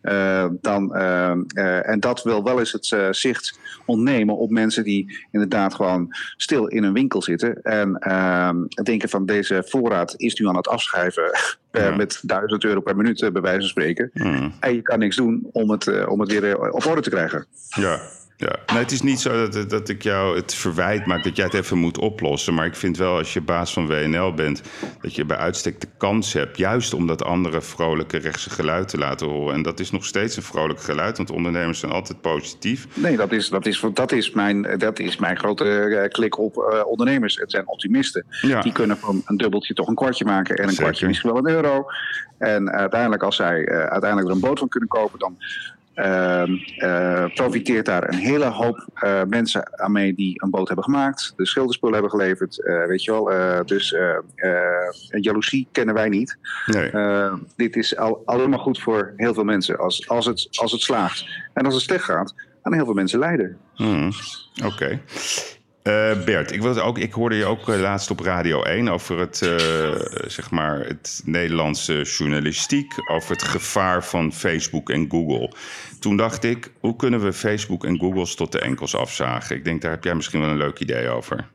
S2: En dat wil wel eens het zicht ontnemen op mensen die inderdaad gewoon stil in een winkel zitten. En denken van deze voorraad is nu aan het afschrijven. Met €1000 per minuut bij wijze van spreken. En je kan niks doen om het weer op orde te krijgen.
S1: Ja. Ja. Nee, het is niet zo dat ik jou het verwijt maak dat jij het even moet oplossen. Maar ik vind wel, als je baas van WNL bent, dat je bij uitstek de kans hebt, juist om dat andere vrolijke rechtse geluid te laten horen. En dat is nog steeds een vrolijk geluid, want ondernemers zijn altijd positief.
S2: Nee, dat is mijn grote klik op ondernemers. Het zijn optimisten. Ja. Die kunnen van een dubbeltje toch een kwartje maken en een kwartje misschien wel €1. En uiteindelijk, als zij uiteindelijk er een boot van kunnen kopen, dan profiteert daar een hele hoop mensen aan mee die een boot hebben gemaakt, de schilderspullen hebben geleverd, weet je wel. Dus jaloezie kennen wij niet. Nee. Dit is alleen maar goed voor heel veel mensen als het slaagt. En als het slecht gaat, gaan heel veel mensen lijden.
S1: Oké. Bert, ik hoorde je ook laatst op Radio 1 over het Nederlandse journalistiek, over het gevaar van Facebook en Google. Toen dacht ik, hoe kunnen we Facebook en Google tot de enkels afzagen? Ik denk, daar heb jij misschien wel een leuk idee over.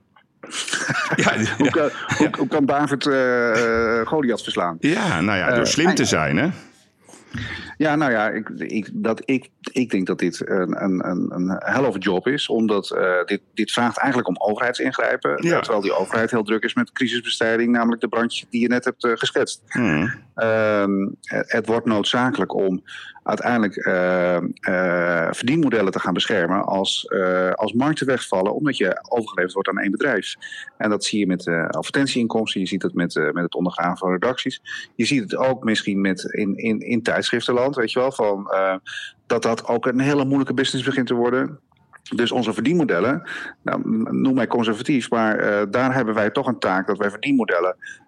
S2: Hoe kan David Goliath verslaan?
S1: Ja, nou ja, door slim te zijn, hè?
S2: Ja, nou ja, ik denk dat dit een hell of a job is. Omdat dit vraagt eigenlijk om overheidsingrijpen. Ja. Terwijl die overheid heel druk is met crisisbestrijding. Namelijk de brandje die je net hebt geschetst. Het wordt noodzakelijk om uiteindelijk verdienmodellen te gaan beschermen als markten wegvallen, omdat je overgeleverd wordt aan één bedrijf. En dat zie je met advertentieinkomsten, je ziet het met het ondergaan van redacties. Je ziet het ook misschien in tijdschriftenland, weet je wel, van dat ook een hele moeilijke business begint te worden. Dus onze verdienmodellen, noem mij conservatief, maar daar hebben wij toch een taak dat wij verdienmodellen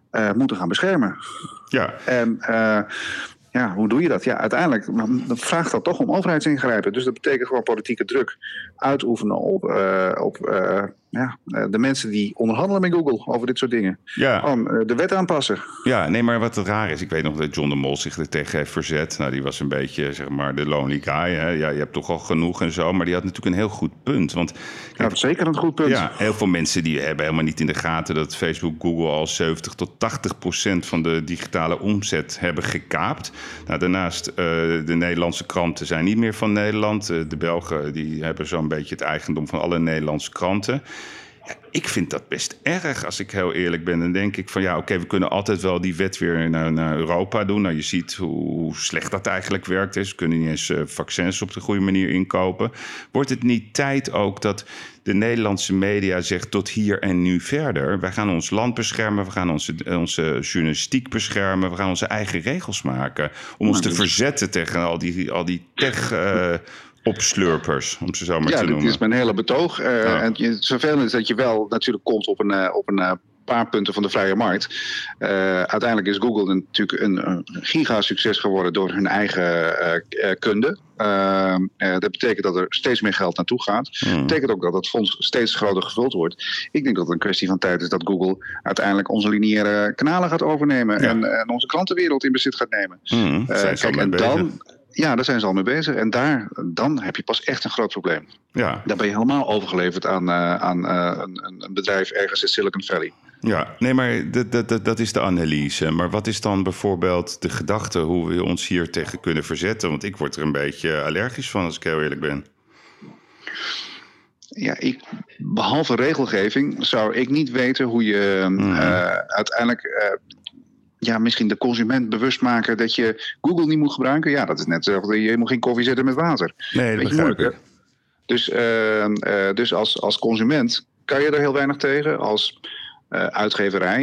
S2: moeten gaan beschermen.
S1: Ja.
S2: En hoe doe je dat? Ja, uiteindelijk vraagt dat toch om overheidsingrijpen. Dus dat betekent gewoon politieke druk uitoefenen op de mensen die onderhandelen met Google over dit soort dingen.
S1: Ja.
S2: Gewoon de wet aanpassen.
S1: Ja, nee, maar wat raar is, ik weet nog dat John de Mol zich er tegen heeft verzet. Nou, die was een beetje, zeg maar, de lonely guy. Hè? Ja, je hebt toch al genoeg en zo. Maar die had natuurlijk een heel goed punt. Want,
S2: ja, zeker een goed punt.
S1: Ja, heel veel mensen die hebben helemaal niet in de gaten dat Facebook, Google al 70-80% van de digitale omzet hebben gekaapt. Nou, daarnaast, de Nederlandse kranten zijn niet meer van Nederland. De Belgen die hebben zo'n beetje het eigendom van alle Nederlandse kranten. Ja, ik vind dat best erg, als ik heel eerlijk ben. Dan denk ik van oké, we kunnen altijd wel die wet weer naar Europa doen. Nou, je ziet hoe slecht dat eigenlijk werkt. Ze kunnen niet eens vaccins op de goede manier inkopen. Wordt het niet tijd ook dat de Nederlandse media zegt tot hier en nu verder? Wij gaan ons land beschermen, we gaan onze journalistiek beschermen, we gaan onze eigen regels maken om ons te verzetten tegen al die tech opslurpers, om ze zo maar te noemen. Ja,
S2: dit is mijn hele betoog. En het vervelende is dat je wel natuurlijk komt op een paar punten van de vrije markt. Uiteindelijk is Google natuurlijk een gigasucces geworden door hun eigen kunde. Dat betekent dat er steeds meer geld naartoe gaat. Dat betekent ook dat het fonds steeds groter gevuld wordt. Ik denk dat het een kwestie van tijd is dat Google uiteindelijk onze lineaire kanalen gaat overnemen en onze klantenwereld in bezit gaat nemen. Ja, daar zijn ze al mee bezig. En dan heb je pas echt een groot probleem.
S1: Ja.
S2: Dan ben je helemaal overgeleverd aan een bedrijf ergens in Silicon Valley.
S1: Ja, nee, maar dat is de analyse. Maar wat is dan bijvoorbeeld de gedachte hoe we ons hier tegen kunnen verzetten? Want ik word er een beetje allergisch van, als ik heel eerlijk ben.
S2: Ja, behalve regelgeving zou ik niet weten hoe je uiteindelijk misschien de consument bewust maken dat je Google niet moet gebruiken. Ja, dat is net zo. Je moet geen koffie zetten met water.
S1: Nee, dat begrijp ik.
S2: Dus als consument kan je er heel weinig tegen. Als uitgeverij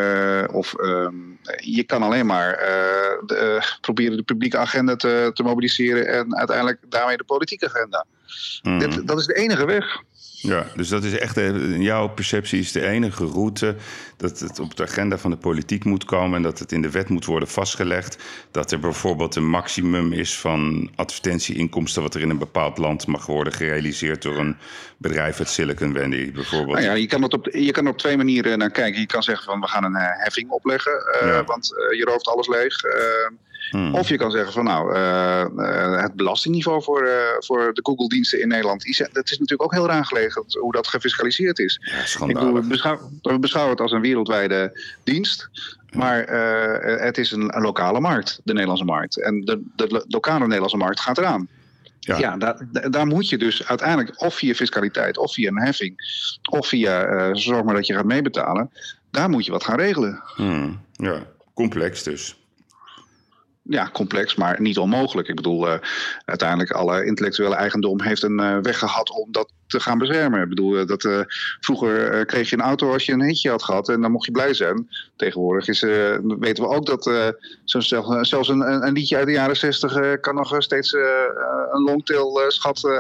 S2: je kan alleen maar proberen de publieke agenda te mobiliseren en uiteindelijk daarmee de politieke agenda. Dat is de enige weg.
S1: Ja, dus dat is echt, in jouw perceptie is de enige route dat het op de agenda van de politiek moet komen en dat het in de wet moet worden vastgelegd. Dat er bijvoorbeeld een maximum is van advertentieinkomsten wat er in een bepaald land mag worden gerealiseerd door een bedrijf uit Silicon Valley bijvoorbeeld. Nou
S2: ja, je kan er op twee manieren naar kijken. Je kan zeggen van we gaan een heffing opleggen, want je rooft alles leeg. Of je kan zeggen van het belastingniveau voor de Google-diensten in Nederland, dat is natuurlijk ook heel raar gelegen hoe dat gefiscaliseerd is.
S1: Ja, schandalig.
S2: We beschouwen het als een wereldwijde dienst, maar het is een lokale markt, de Nederlandse markt. En de lokale Nederlandse markt gaat eraan. Ja, daar moet je dus uiteindelijk of via fiscaliteit of via een heffing of via zorg maar dat je gaat meebetalen, daar moet je wat gaan regelen.
S1: Ja, complex dus.
S2: Ja, complex, maar niet onmogelijk. Ik bedoel, uiteindelijk alle intellectuele eigendom heeft een weg gehad om dat te gaan beschermen. Ik bedoel, vroeger kreeg je een auto als je een hitje had gehad en dan mocht je blij zijn. Tegenwoordig weten we ook dat zelfs een liedje uit de jaren 60 kan nog steeds een longtail schat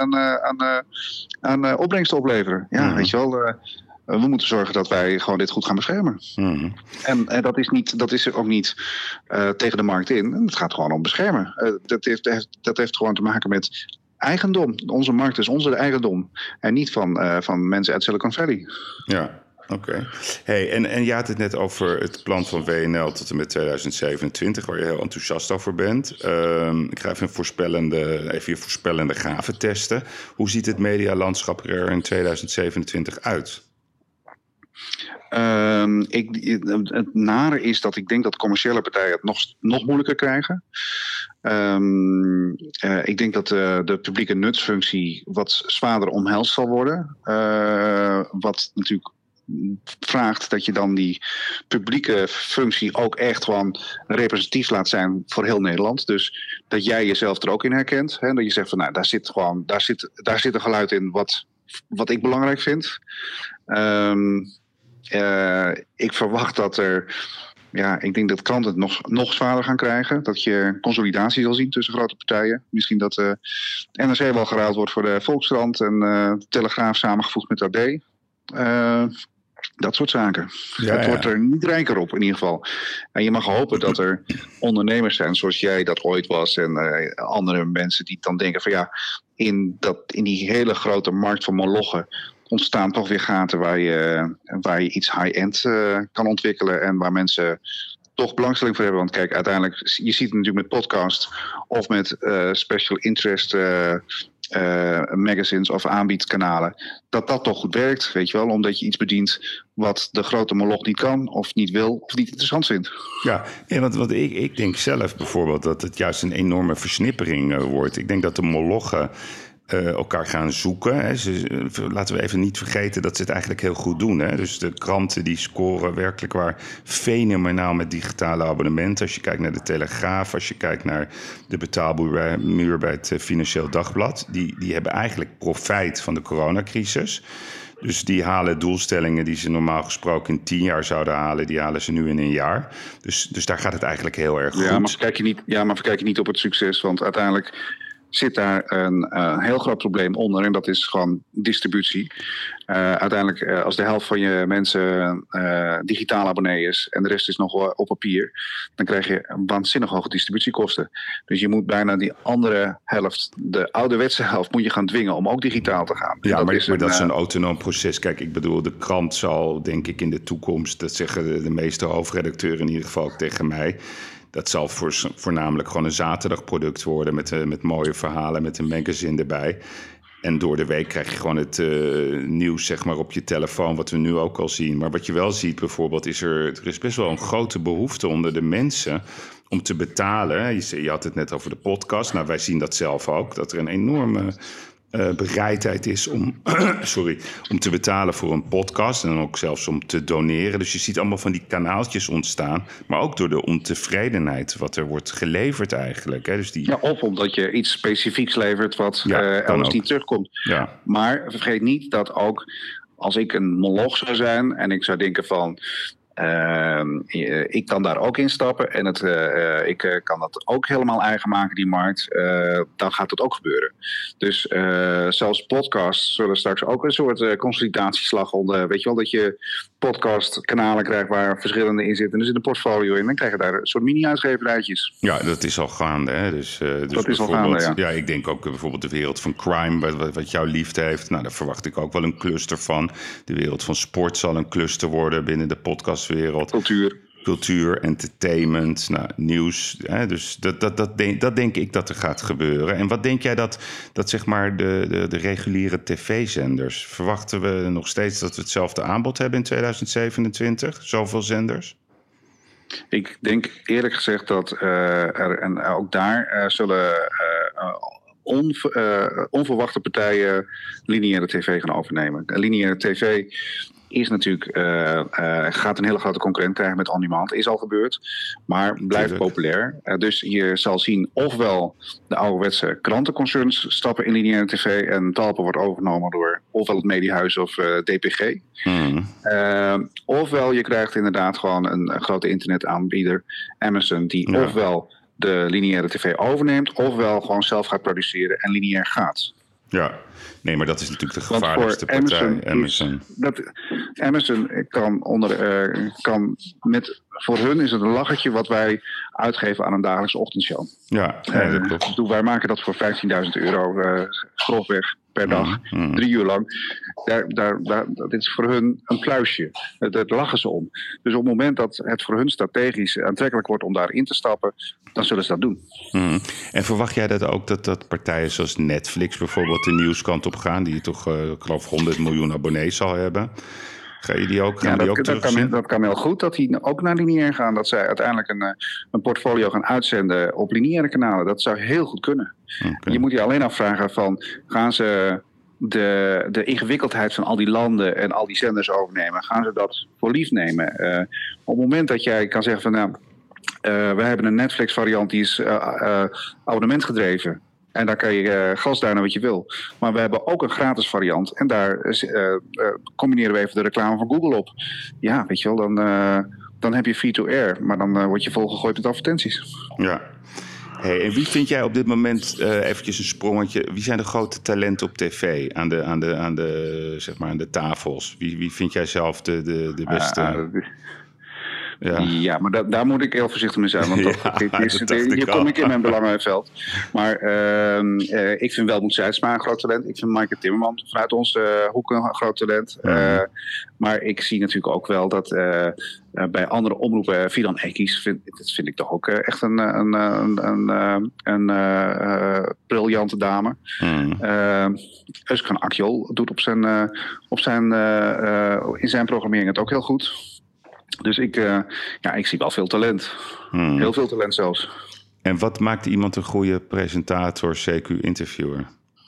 S2: aan opbrengst opleveren. Ja, weet je wel. We moeten zorgen dat wij gewoon dit goed gaan beschermen. En dat is ook niet tegen de markt in. Het gaat gewoon om beschermen. Dat heeft gewoon te maken met eigendom. Onze markt is onze eigendom. En niet van mensen uit Silicon Valley.
S1: Ja, oké. Hey, en je had het net over het plan van WNL tot en met 2027... waar je heel enthousiast over bent. Ik ga even je voorspellende gaven testen. Hoe ziet het medialandschap er in 2027 uit?
S2: Het nare is dat ik denk dat commerciële partijen het nog moeilijker krijgen. Ik denk dat de publieke nutsfunctie wat zwaarder omhelst zal worden. Wat natuurlijk vraagt dat je dan die publieke functie ook echt gewoon representatief laat zijn voor heel Nederland. Dus dat jij jezelf er ook in herkent. Hè? Dat je zegt van daar zit een geluid in wat ik belangrijk vind. Ik verwacht dat ik denk dat klanten het nog zwaarder gaan krijgen. Dat je consolidatie zal zien tussen grote partijen. Misschien dat NRC wel geruild wordt voor de Volkskrant en de Telegraaf samengevoegd met AD. Dat soort zaken.
S1: Ja,
S2: het wordt er niet rijker op in ieder geval. En je mag hopen dat er ondernemers zijn zoals jij dat ooit was. En andere mensen die dan denken van ja, in die hele grote markt van molochen ontstaan toch weer gaten waar je iets high-end kan ontwikkelen. En waar mensen toch belangstelling voor hebben. Want kijk, uiteindelijk, je ziet het natuurlijk met podcast of met special interest magazines of aanbiedkanalen, dat toch goed werkt, weet je wel, omdat je iets bedient wat de grote moloch niet kan of niet wil of niet interessant vindt.
S1: Ja, want ik denk zelf bijvoorbeeld dat het juist een enorme versnippering wordt. Ik denk dat de molochen elkaar gaan zoeken. Hè. Laten we even niet vergeten dat ze het eigenlijk heel goed doen. Hè. Dus de kranten die scoren werkelijk waar fenomenaal met digitale abonnementen. Als je kijkt naar de Telegraaf, als je kijkt naar de betaalmuur bij het Financieel Dagblad. Die hebben eigenlijk profijt van de coronacrisis. Dus die halen doelstellingen die ze normaal gesproken in 10 jaar zouden halen, die halen ze nu in een jaar. Dus daar gaat het eigenlijk heel erg goed.
S2: Maar verkijk je niet op het succes, want uiteindelijk zit daar een heel groot probleem onder en dat is gewoon distributie. Uiteindelijk, als de helft van je mensen digitaal abonnee is en de rest is nog op papier, dan krijg je waanzinnig hoge distributiekosten. Dus je moet bijna die andere helft, de ouderwetse helft, moet je gaan dwingen om ook digitaal te gaan.
S1: Ja, maar dat is een autonoom proces. Kijk, ik bedoel, de krant zal denk ik in de toekomst, dat zeggen de meeste hoofdredacteuren in ieder geval ook tegen mij, dat zal voornamelijk gewoon een zaterdagproduct worden met mooie verhalen, met een magazine erbij. En door de week krijg je gewoon het nieuws zeg maar, op je telefoon, wat we nu ook al zien. Maar wat je wel ziet bijvoorbeeld, er is best wel een grote behoefte onder de mensen om te betalen. Je had het net over de podcast. Nou, wij zien dat zelf ook, dat er een enorme bereidheid is om te betalen voor een podcast en ook zelfs om te doneren. Dus je ziet allemaal van die kanaaltjes ontstaan, maar ook door de ontevredenheid wat er wordt geleverd eigenlijk. Hè. Dus
S2: Ja, of omdat je iets specifieks levert wat elders niet terugkomt. Ja. Maar vergeet niet dat ook als ik een moloch zou zijn en ik zou denken van ik kan daar ook instappen en ik kan dat ook helemaal eigen maken, die markt. Dan gaat het ook gebeuren. Dus zelfs podcasts zullen straks ook een soort consolidatieslag onder. Weet je wel, dat je podcastkanalen krijgt waar verschillende in zitten. Er zit een portfolio in. Dan krijg je daar een soort mini-uitgeverijtjes.
S1: Ja, dat is al gaande. Hè? Dus
S2: dat is al gaande, ja.
S1: Ja, ik denk ook bijvoorbeeld de wereld van crime, wat jouw liefde heeft. Nou, daar verwacht ik ook wel een cluster van. De wereld van sport zal een cluster worden binnen de podcastwereld. Cultuur, entertainment, nieuws. Hè? Dus dat denk ik dat er gaat gebeuren. En wat denk jij dat zeg maar de reguliere tv-zenders... verwachten we nog steeds dat we hetzelfde aanbod hebben in 2027? Zoveel zenders?
S2: Ik denk eerlijk gezegd dat en ook daar zullen onverwachte partijen lineaire tv gaan overnemen. Lineaire tv is natuurlijk, gaat een hele grote concurrent krijgen met on-demand. Is al gebeurd, maar blijft populair. Dus je zal zien ofwel de ouderwetse krantenconcerns stappen in lineaire tv en Talpa wordt overgenomen door ofwel het Mediahuis of DPG. Ofwel je krijgt inderdaad gewoon een grote internetaanbieder, Amazon, die ofwel de lineaire tv overneemt, ofwel gewoon zelf gaat produceren en lineair gaat.
S1: Ja, nee, maar dat is natuurlijk de gevaarlijkste partij.
S2: Amazon kan voor hun is het een lachertje wat wij uitgeven aan een dagelijkse ochtendshow.
S1: Ja, dat klopt.
S2: Wij maken dat voor €15.000 grofweg per dag, 3 uur lang. Dit is voor hun een pluisje. Daar lachen ze om. Dus op het moment dat het voor hun strategisch aantrekkelijk wordt om daarin te stappen, dan zullen ze dat doen.
S1: En verwacht jij dat ook dat partijen zoals Netflix bijvoorbeeld de nieuwskant op gaan, die toch, ik geloof 100 miljoen abonnees zal hebben? Ga je die ook,
S2: dat kan heel goed, dat die ook naar lineair gaan. Dat zij uiteindelijk een portfolio gaan uitzenden op lineaire kanalen. Dat zou heel goed kunnen. Okay. Je moet je alleen afvragen van, gaan ze de ingewikkeldheid van al die landen en al die zenders overnemen? Gaan ze dat voor lief nemen? Op het moment dat jij kan zeggen van, nou, we hebben een Netflix variant die is abonnement gedreven. En daar kan je gasduinen wat je wil. Maar we hebben ook een gratis variant. En daar combineren we even de reclame van Google op. Ja, weet je wel, dan heb je free-to-air. Maar dan word je volgegooid met advertenties.
S1: Ja. Hey, en wie vind jij op dit moment, eventjes een sprongetje, wie zijn de grote talenten op tv aan de tafels? Wie vind jij zelf de beste?
S2: Ja, maar daar moet ik heel voorzichtig mee zijn. Want hier kom ik in mijn belangenveld. Maar ik vind Welmoed Seidsma een groot talent. Ik vind Maaike Timmerman vanuit onze hoek een groot talent. Maar ik zie natuurlijk ook wel dat bij andere omroepen, Fidan Ekis, dat vind ik toch ook echt een briljante dame. Özkan Akjol doet in zijn programmering het ook heel goed. Dus ik zie wel veel talent. Heel veel talent zelfs.
S1: En wat maakt iemand een goede presentator, CQ interviewer?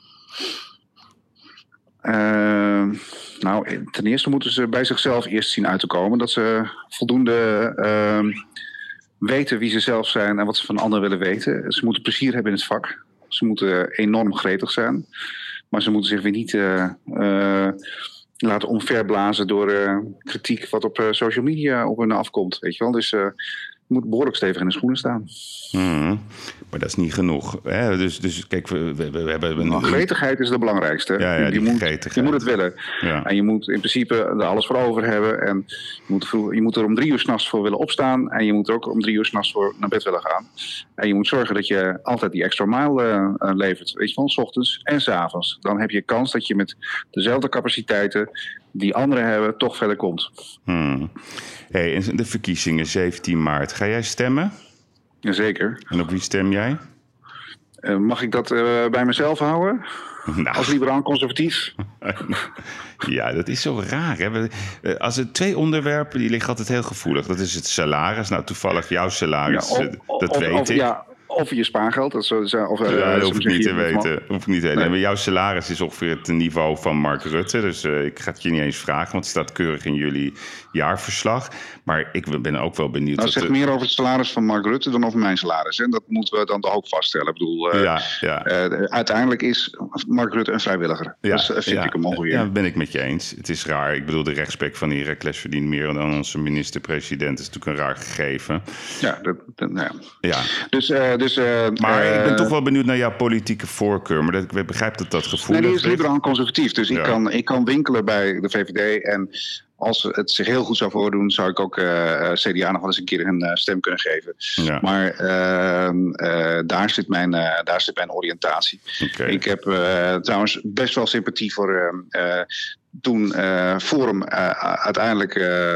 S2: Ten eerste moeten ze bij zichzelf eerst zien uit te komen. Dat ze voldoende weten wie ze zelf zijn en wat ze van anderen willen weten. Ze moeten plezier hebben in het vak. Ze moeten enorm gretig zijn. Maar ze moeten zich weer niet laten omverblazen door kritiek wat op social media op hun afkomt. Weet je wel? Dus je moet behoorlijk stevig in de schoenen staan.
S1: Maar dat is niet genoeg. Hè? Dus kijk, we hebben...
S2: Gretigheid is de belangrijkste. Je moet het willen. Ja. En je moet in principe er alles voor over hebben. En je moet er om 3 uur 's nachts voor willen opstaan. En je moet er ook om 3 uur 's nachts voor naar bed willen gaan. En je moet zorgen dat je altijd die extra mile levert. Weet je wel, 's ochtends en 's avonds. Dan heb je kans dat je met dezelfde capaciteiten die anderen hebben, toch verder komt.
S1: Hey, en de verkiezingen, 17 maart. Ga jij stemmen?
S2: Jazeker.
S1: En op wie stem jij?
S2: Mag ik dat bij mezelf houden?
S1: Nou.
S2: Als liberaal-conservatief?
S1: Ja, dat is zo raar. Hè? Als er 2 onderwerpen, die liggen altijd heel gevoelig. Dat is het salaris. Nou, toevallig jouw salaris, dat weet ik.
S2: Ja. Of je spaargeld. Dat
S1: hoef ik niet te weten. Nee. Maar jouw salaris is ongeveer het niveau van Mark Rutte. Dus ik ga het je niet eens vragen, want het staat keurig in jullie jaarverslag. Maar ik ben ook wel benieuwd.
S2: Nou, zeg meer over het salaris van Mark Rutte dan over mijn salaris. Hè? Dat moeten we dan toch ook vaststellen. Ik bedoel, uiteindelijk is Mark Rutte een vrijwilliger. Ja, dus vind ik hem ongeveer.
S1: Ja, dat ben ik met je eens. Het is raar. Ik bedoel, de rechtsback van Heracles verdient meer dan onze minister-president. Dat is natuurlijk een raar gegeven. Dus, maar ik ben toch wel benieuwd naar jouw politieke voorkeur. Maar ik begrijp dat gevoelig is.
S2: Die is liberaal-conservatief. Dus ik kan winkelen bij de VVD. En als het zich heel goed zou voordoen, zou ik ook CDA nog wel eens een keer een stem kunnen geven. Ja. Maar daar zit mijn oriëntatie. Okay. Ik heb trouwens best wel sympathie voor toen Forum uiteindelijk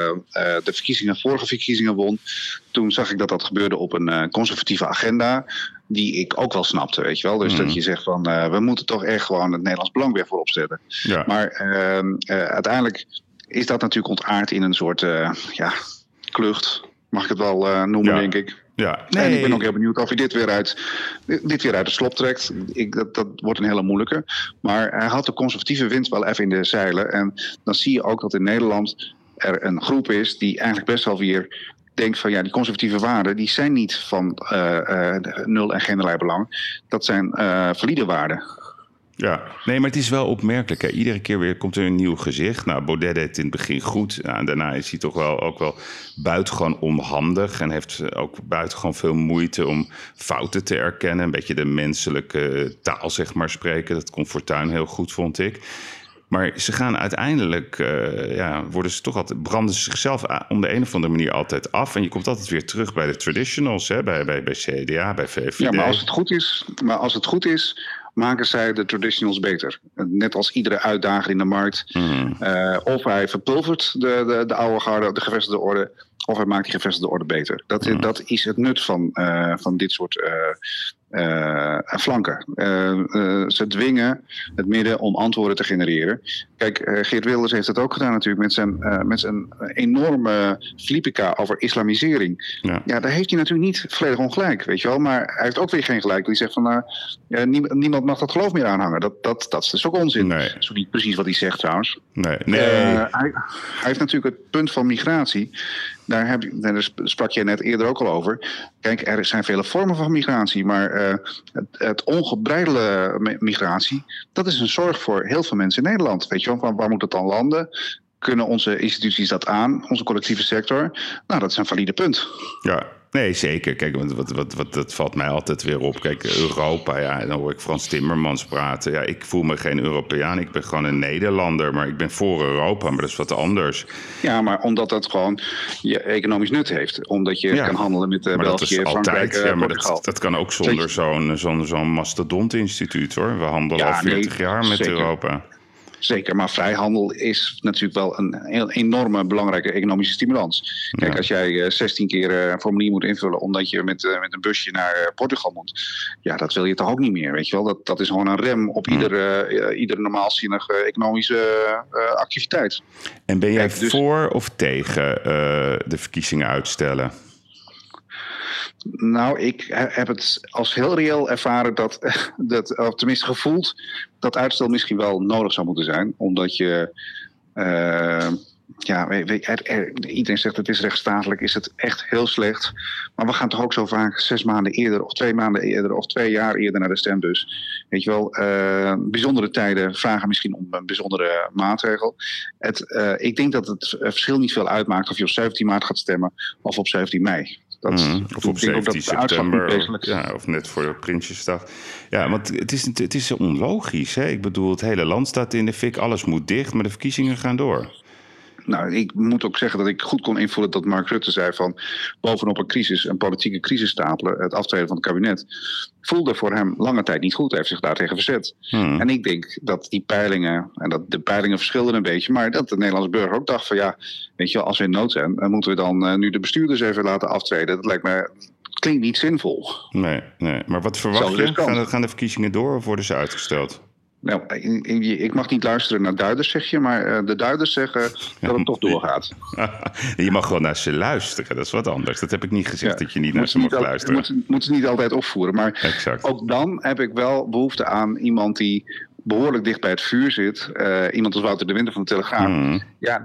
S2: de vorige verkiezingen won. Toen zag ik dat gebeurde op een conservatieve agenda, die ik ook wel snapte, weet je wel. Dus dat je zegt van, we moeten toch echt gewoon het Nederlands belang weer voorop zetten. Ja. Maar uiteindelijk is dat natuurlijk ontaard in een soort klucht, mag ik het wel noemen, denk ik. Ja, nee. En ik ben ook heel benieuwd of hij dit weer uit de slop trekt. Dat wordt een hele moeilijke. Maar hij had de conservatieve wind wel even in de zeilen. En dan zie je ook dat in Nederland er een groep is die eigenlijk best wel weer denkt van die conservatieve waarden, die zijn niet van nul en geen belang. Dat zijn valide waarden.
S1: Ja, nee, maar het is wel opmerkelijk. Hè? Iedere keer weer komt er een nieuw gezicht. Nou, Baudet deed het in het begin goed. Ja, en daarna is hij toch ook wel buitengewoon onhandig. En heeft ook buitengewoon veel moeite om fouten te erkennen. Een beetje de menselijke taal, zeg maar, spreken. Dat kon Fortuyn heel goed, vond ik. Maar ze gaan uiteindelijk, branden ze zichzelf om de een of andere manier altijd af. En je komt altijd weer terug bij de traditionals, hè? Bij CDA, bij VVD.
S2: Ja, maar als het goed is, maken zij de traditionals beter. Net als iedere uitdager in de markt. Of hij verpulvert de oude garde, de gevestigde orde, of hij maakt die gevestigde orde beter. Dat is het nut van dit soort flanken. Ze dwingen het midden om antwoorden te genereren. Kijk, Geert Wilders heeft het ook gedaan natuurlijk met zijn enorme flippika over islamisering. Ja, daar heeft hij natuurlijk niet volledig ongelijk, weet je wel. Maar hij heeft ook weer geen gelijk. Die zegt van, niemand mag dat geloof meer aanhangen. Dat is dus ook onzin. Nee. Dat is niet precies wat hij zegt trouwens.
S1: Nee.
S2: Hij heeft natuurlijk het punt van migratie. Daar sprak je net eerder ook al over. Kijk, er zijn vele vormen van migratie, maar het ongebreidelde migratie, dat is een zorg voor heel veel mensen in Nederland. Weet je wel, waar moet het dan landen? kunnen onze instituties dat aan, onze collectieve sector? Nou, dat is een valide punt.
S1: Ja, nee, zeker. Kijk, dat valt mij altijd weer op. Kijk, Europa, ja, dan hoor ik Frans Timmermans praten. Ja, ik voel me geen Europeaan, ik ben gewoon een Nederlander, maar ik ben voor Europa, maar dat is wat anders.
S2: Ja, maar omdat dat gewoon je economisch nut heeft. Omdat je kan handelen met België, Frankrijk, Portugal.
S1: Dat kan ook zonder zo'n mastodont-instituut, hoor. We handelen al 40 jaar met Europa.
S2: Zeker, maar vrijhandel is natuurlijk wel een enorme belangrijke economische stimulans. Kijk, als jij 16 keer een formulier moet invullen omdat je met een busje naar Portugal moet, ja, dat wil je toch ook niet meer, weet je wel? Dat is gewoon een rem op iedere normaalzinnige economische activiteit. En
S1: ben jij voor of tegen de verkiezingen uitstellen?
S2: Nou, ik heb het als heel reëel ervaren of tenminste gevoeld dat uitstel misschien wel nodig zou moeten zijn. Omdat je, iedereen zegt het is rechtsstatelijk, is het echt heel slecht. Maar we gaan toch ook zo vaak 6 maanden eerder of 2 maanden eerder of 2 jaar eerder naar de stembus. Weet je wel, bijzondere tijden vragen misschien om een bijzondere maatregel. Ik denk dat het verschil niet veel uitmaakt of je op 17 maart gaat stemmen of op 17 mei.
S1: Of op 17 september, of net voor de Prinsjesdag. Ja, want het is onlogisch. Hè? Ik bedoel, het hele land staat in de fik, alles moet dicht, maar de verkiezingen gaan door.
S2: Nou, ik moet ook zeggen dat ik goed kon invullen dat Mark Rutte zei van bovenop een politieke crisis stapelen, het aftreden van het kabinet, voelde voor hem lange tijd niet goed. Hij heeft zich daartegen verzet. En ik denk dat die peilingen, en dat de peilingen verschilden een beetje, maar dat de Nederlandse burger ook dacht van ja, weet je wel, als we in nood zijn, dan moeten we dan nu de bestuurders even laten aftreden. Dat lijkt me, klinkt niet zinvol.
S1: Nee, maar wat verwacht je? Gaan de verkiezingen door of worden ze uitgesteld?
S2: Nou, ik mag niet luisteren naar duiders, zeg je, maar de duiders zeggen dat het toch doorgaat.
S1: Je mag gewoon naar ze luisteren, dat is wat anders. Dat heb ik niet gezegd, dat je niet naar ze mag luisteren.
S2: Moeten ze niet altijd opvoeren, maar
S1: exact.
S2: Ook dan heb ik wel behoefte aan iemand die behoorlijk dicht bij het vuur zit. Iemand als Wouter de Winter van de Telegraaf. Ja,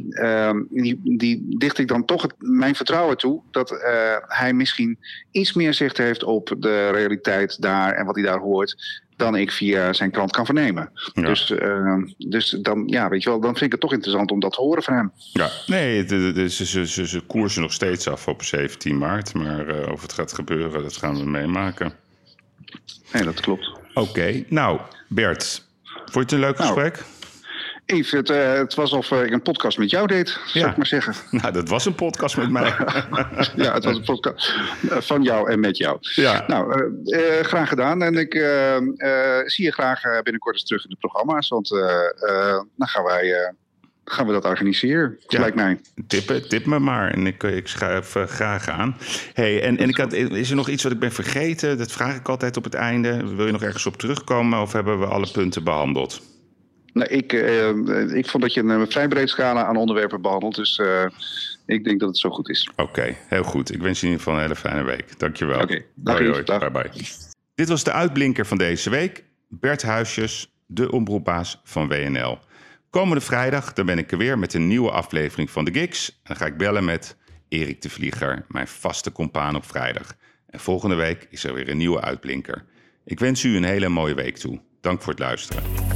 S2: die dicht ik dan toch mijn vertrouwen toe dat hij misschien iets meer zicht heeft op de realiteit daar en wat hij daar hoort dan ik via zijn krant kan vernemen. Ja. Dus dan, ja, weet je wel, dan vind ik het toch interessant om dat te horen van hem.
S1: Ja, nee, ze koersen nog steeds af op 17 maart. Maar of het gaat gebeuren, dat gaan we meemaken.
S2: Nee, dat klopt.
S1: Oké, nou, Bert, vond je het een leuk gesprek?
S2: Yves, het was alsof ik een podcast met jou deed, zou ik maar zeggen.
S1: Nou, dat was een podcast met mij.
S2: Ja, het was een podcast van jou en met jou.
S1: Ja.
S2: Nou, graag gedaan. En ik zie je graag binnenkort eens terug in de programma's. Want dan gaan we dat organiseren, lijkt mij.
S1: Tip me maar en ik schuif graag aan. Hey, is er nog iets wat ik ben vergeten? Dat vraag ik altijd op het einde. Wil je nog ergens op terugkomen of hebben we alle punten behandeld?
S2: Nou, ik vond dat je een vrij breed scala aan onderwerpen behandelt. Dus ik denk dat het zo goed is.
S1: Oké, heel goed. Ik wens je in ieder geval een hele fijne week. Dankjewel.
S2: Oké, dag.
S1: Bye. Dit was de uitblinker van deze week. Bert Huisjes, de omroepbaas van WNL. Komende vrijdag dan ben ik er weer met een nieuwe aflevering van de Gigs. En dan ga ik bellen met Erik de Vlieger, mijn vaste compaan op vrijdag. En volgende week is er weer een nieuwe uitblinker. Ik wens u een hele mooie week toe. Dank voor het luisteren.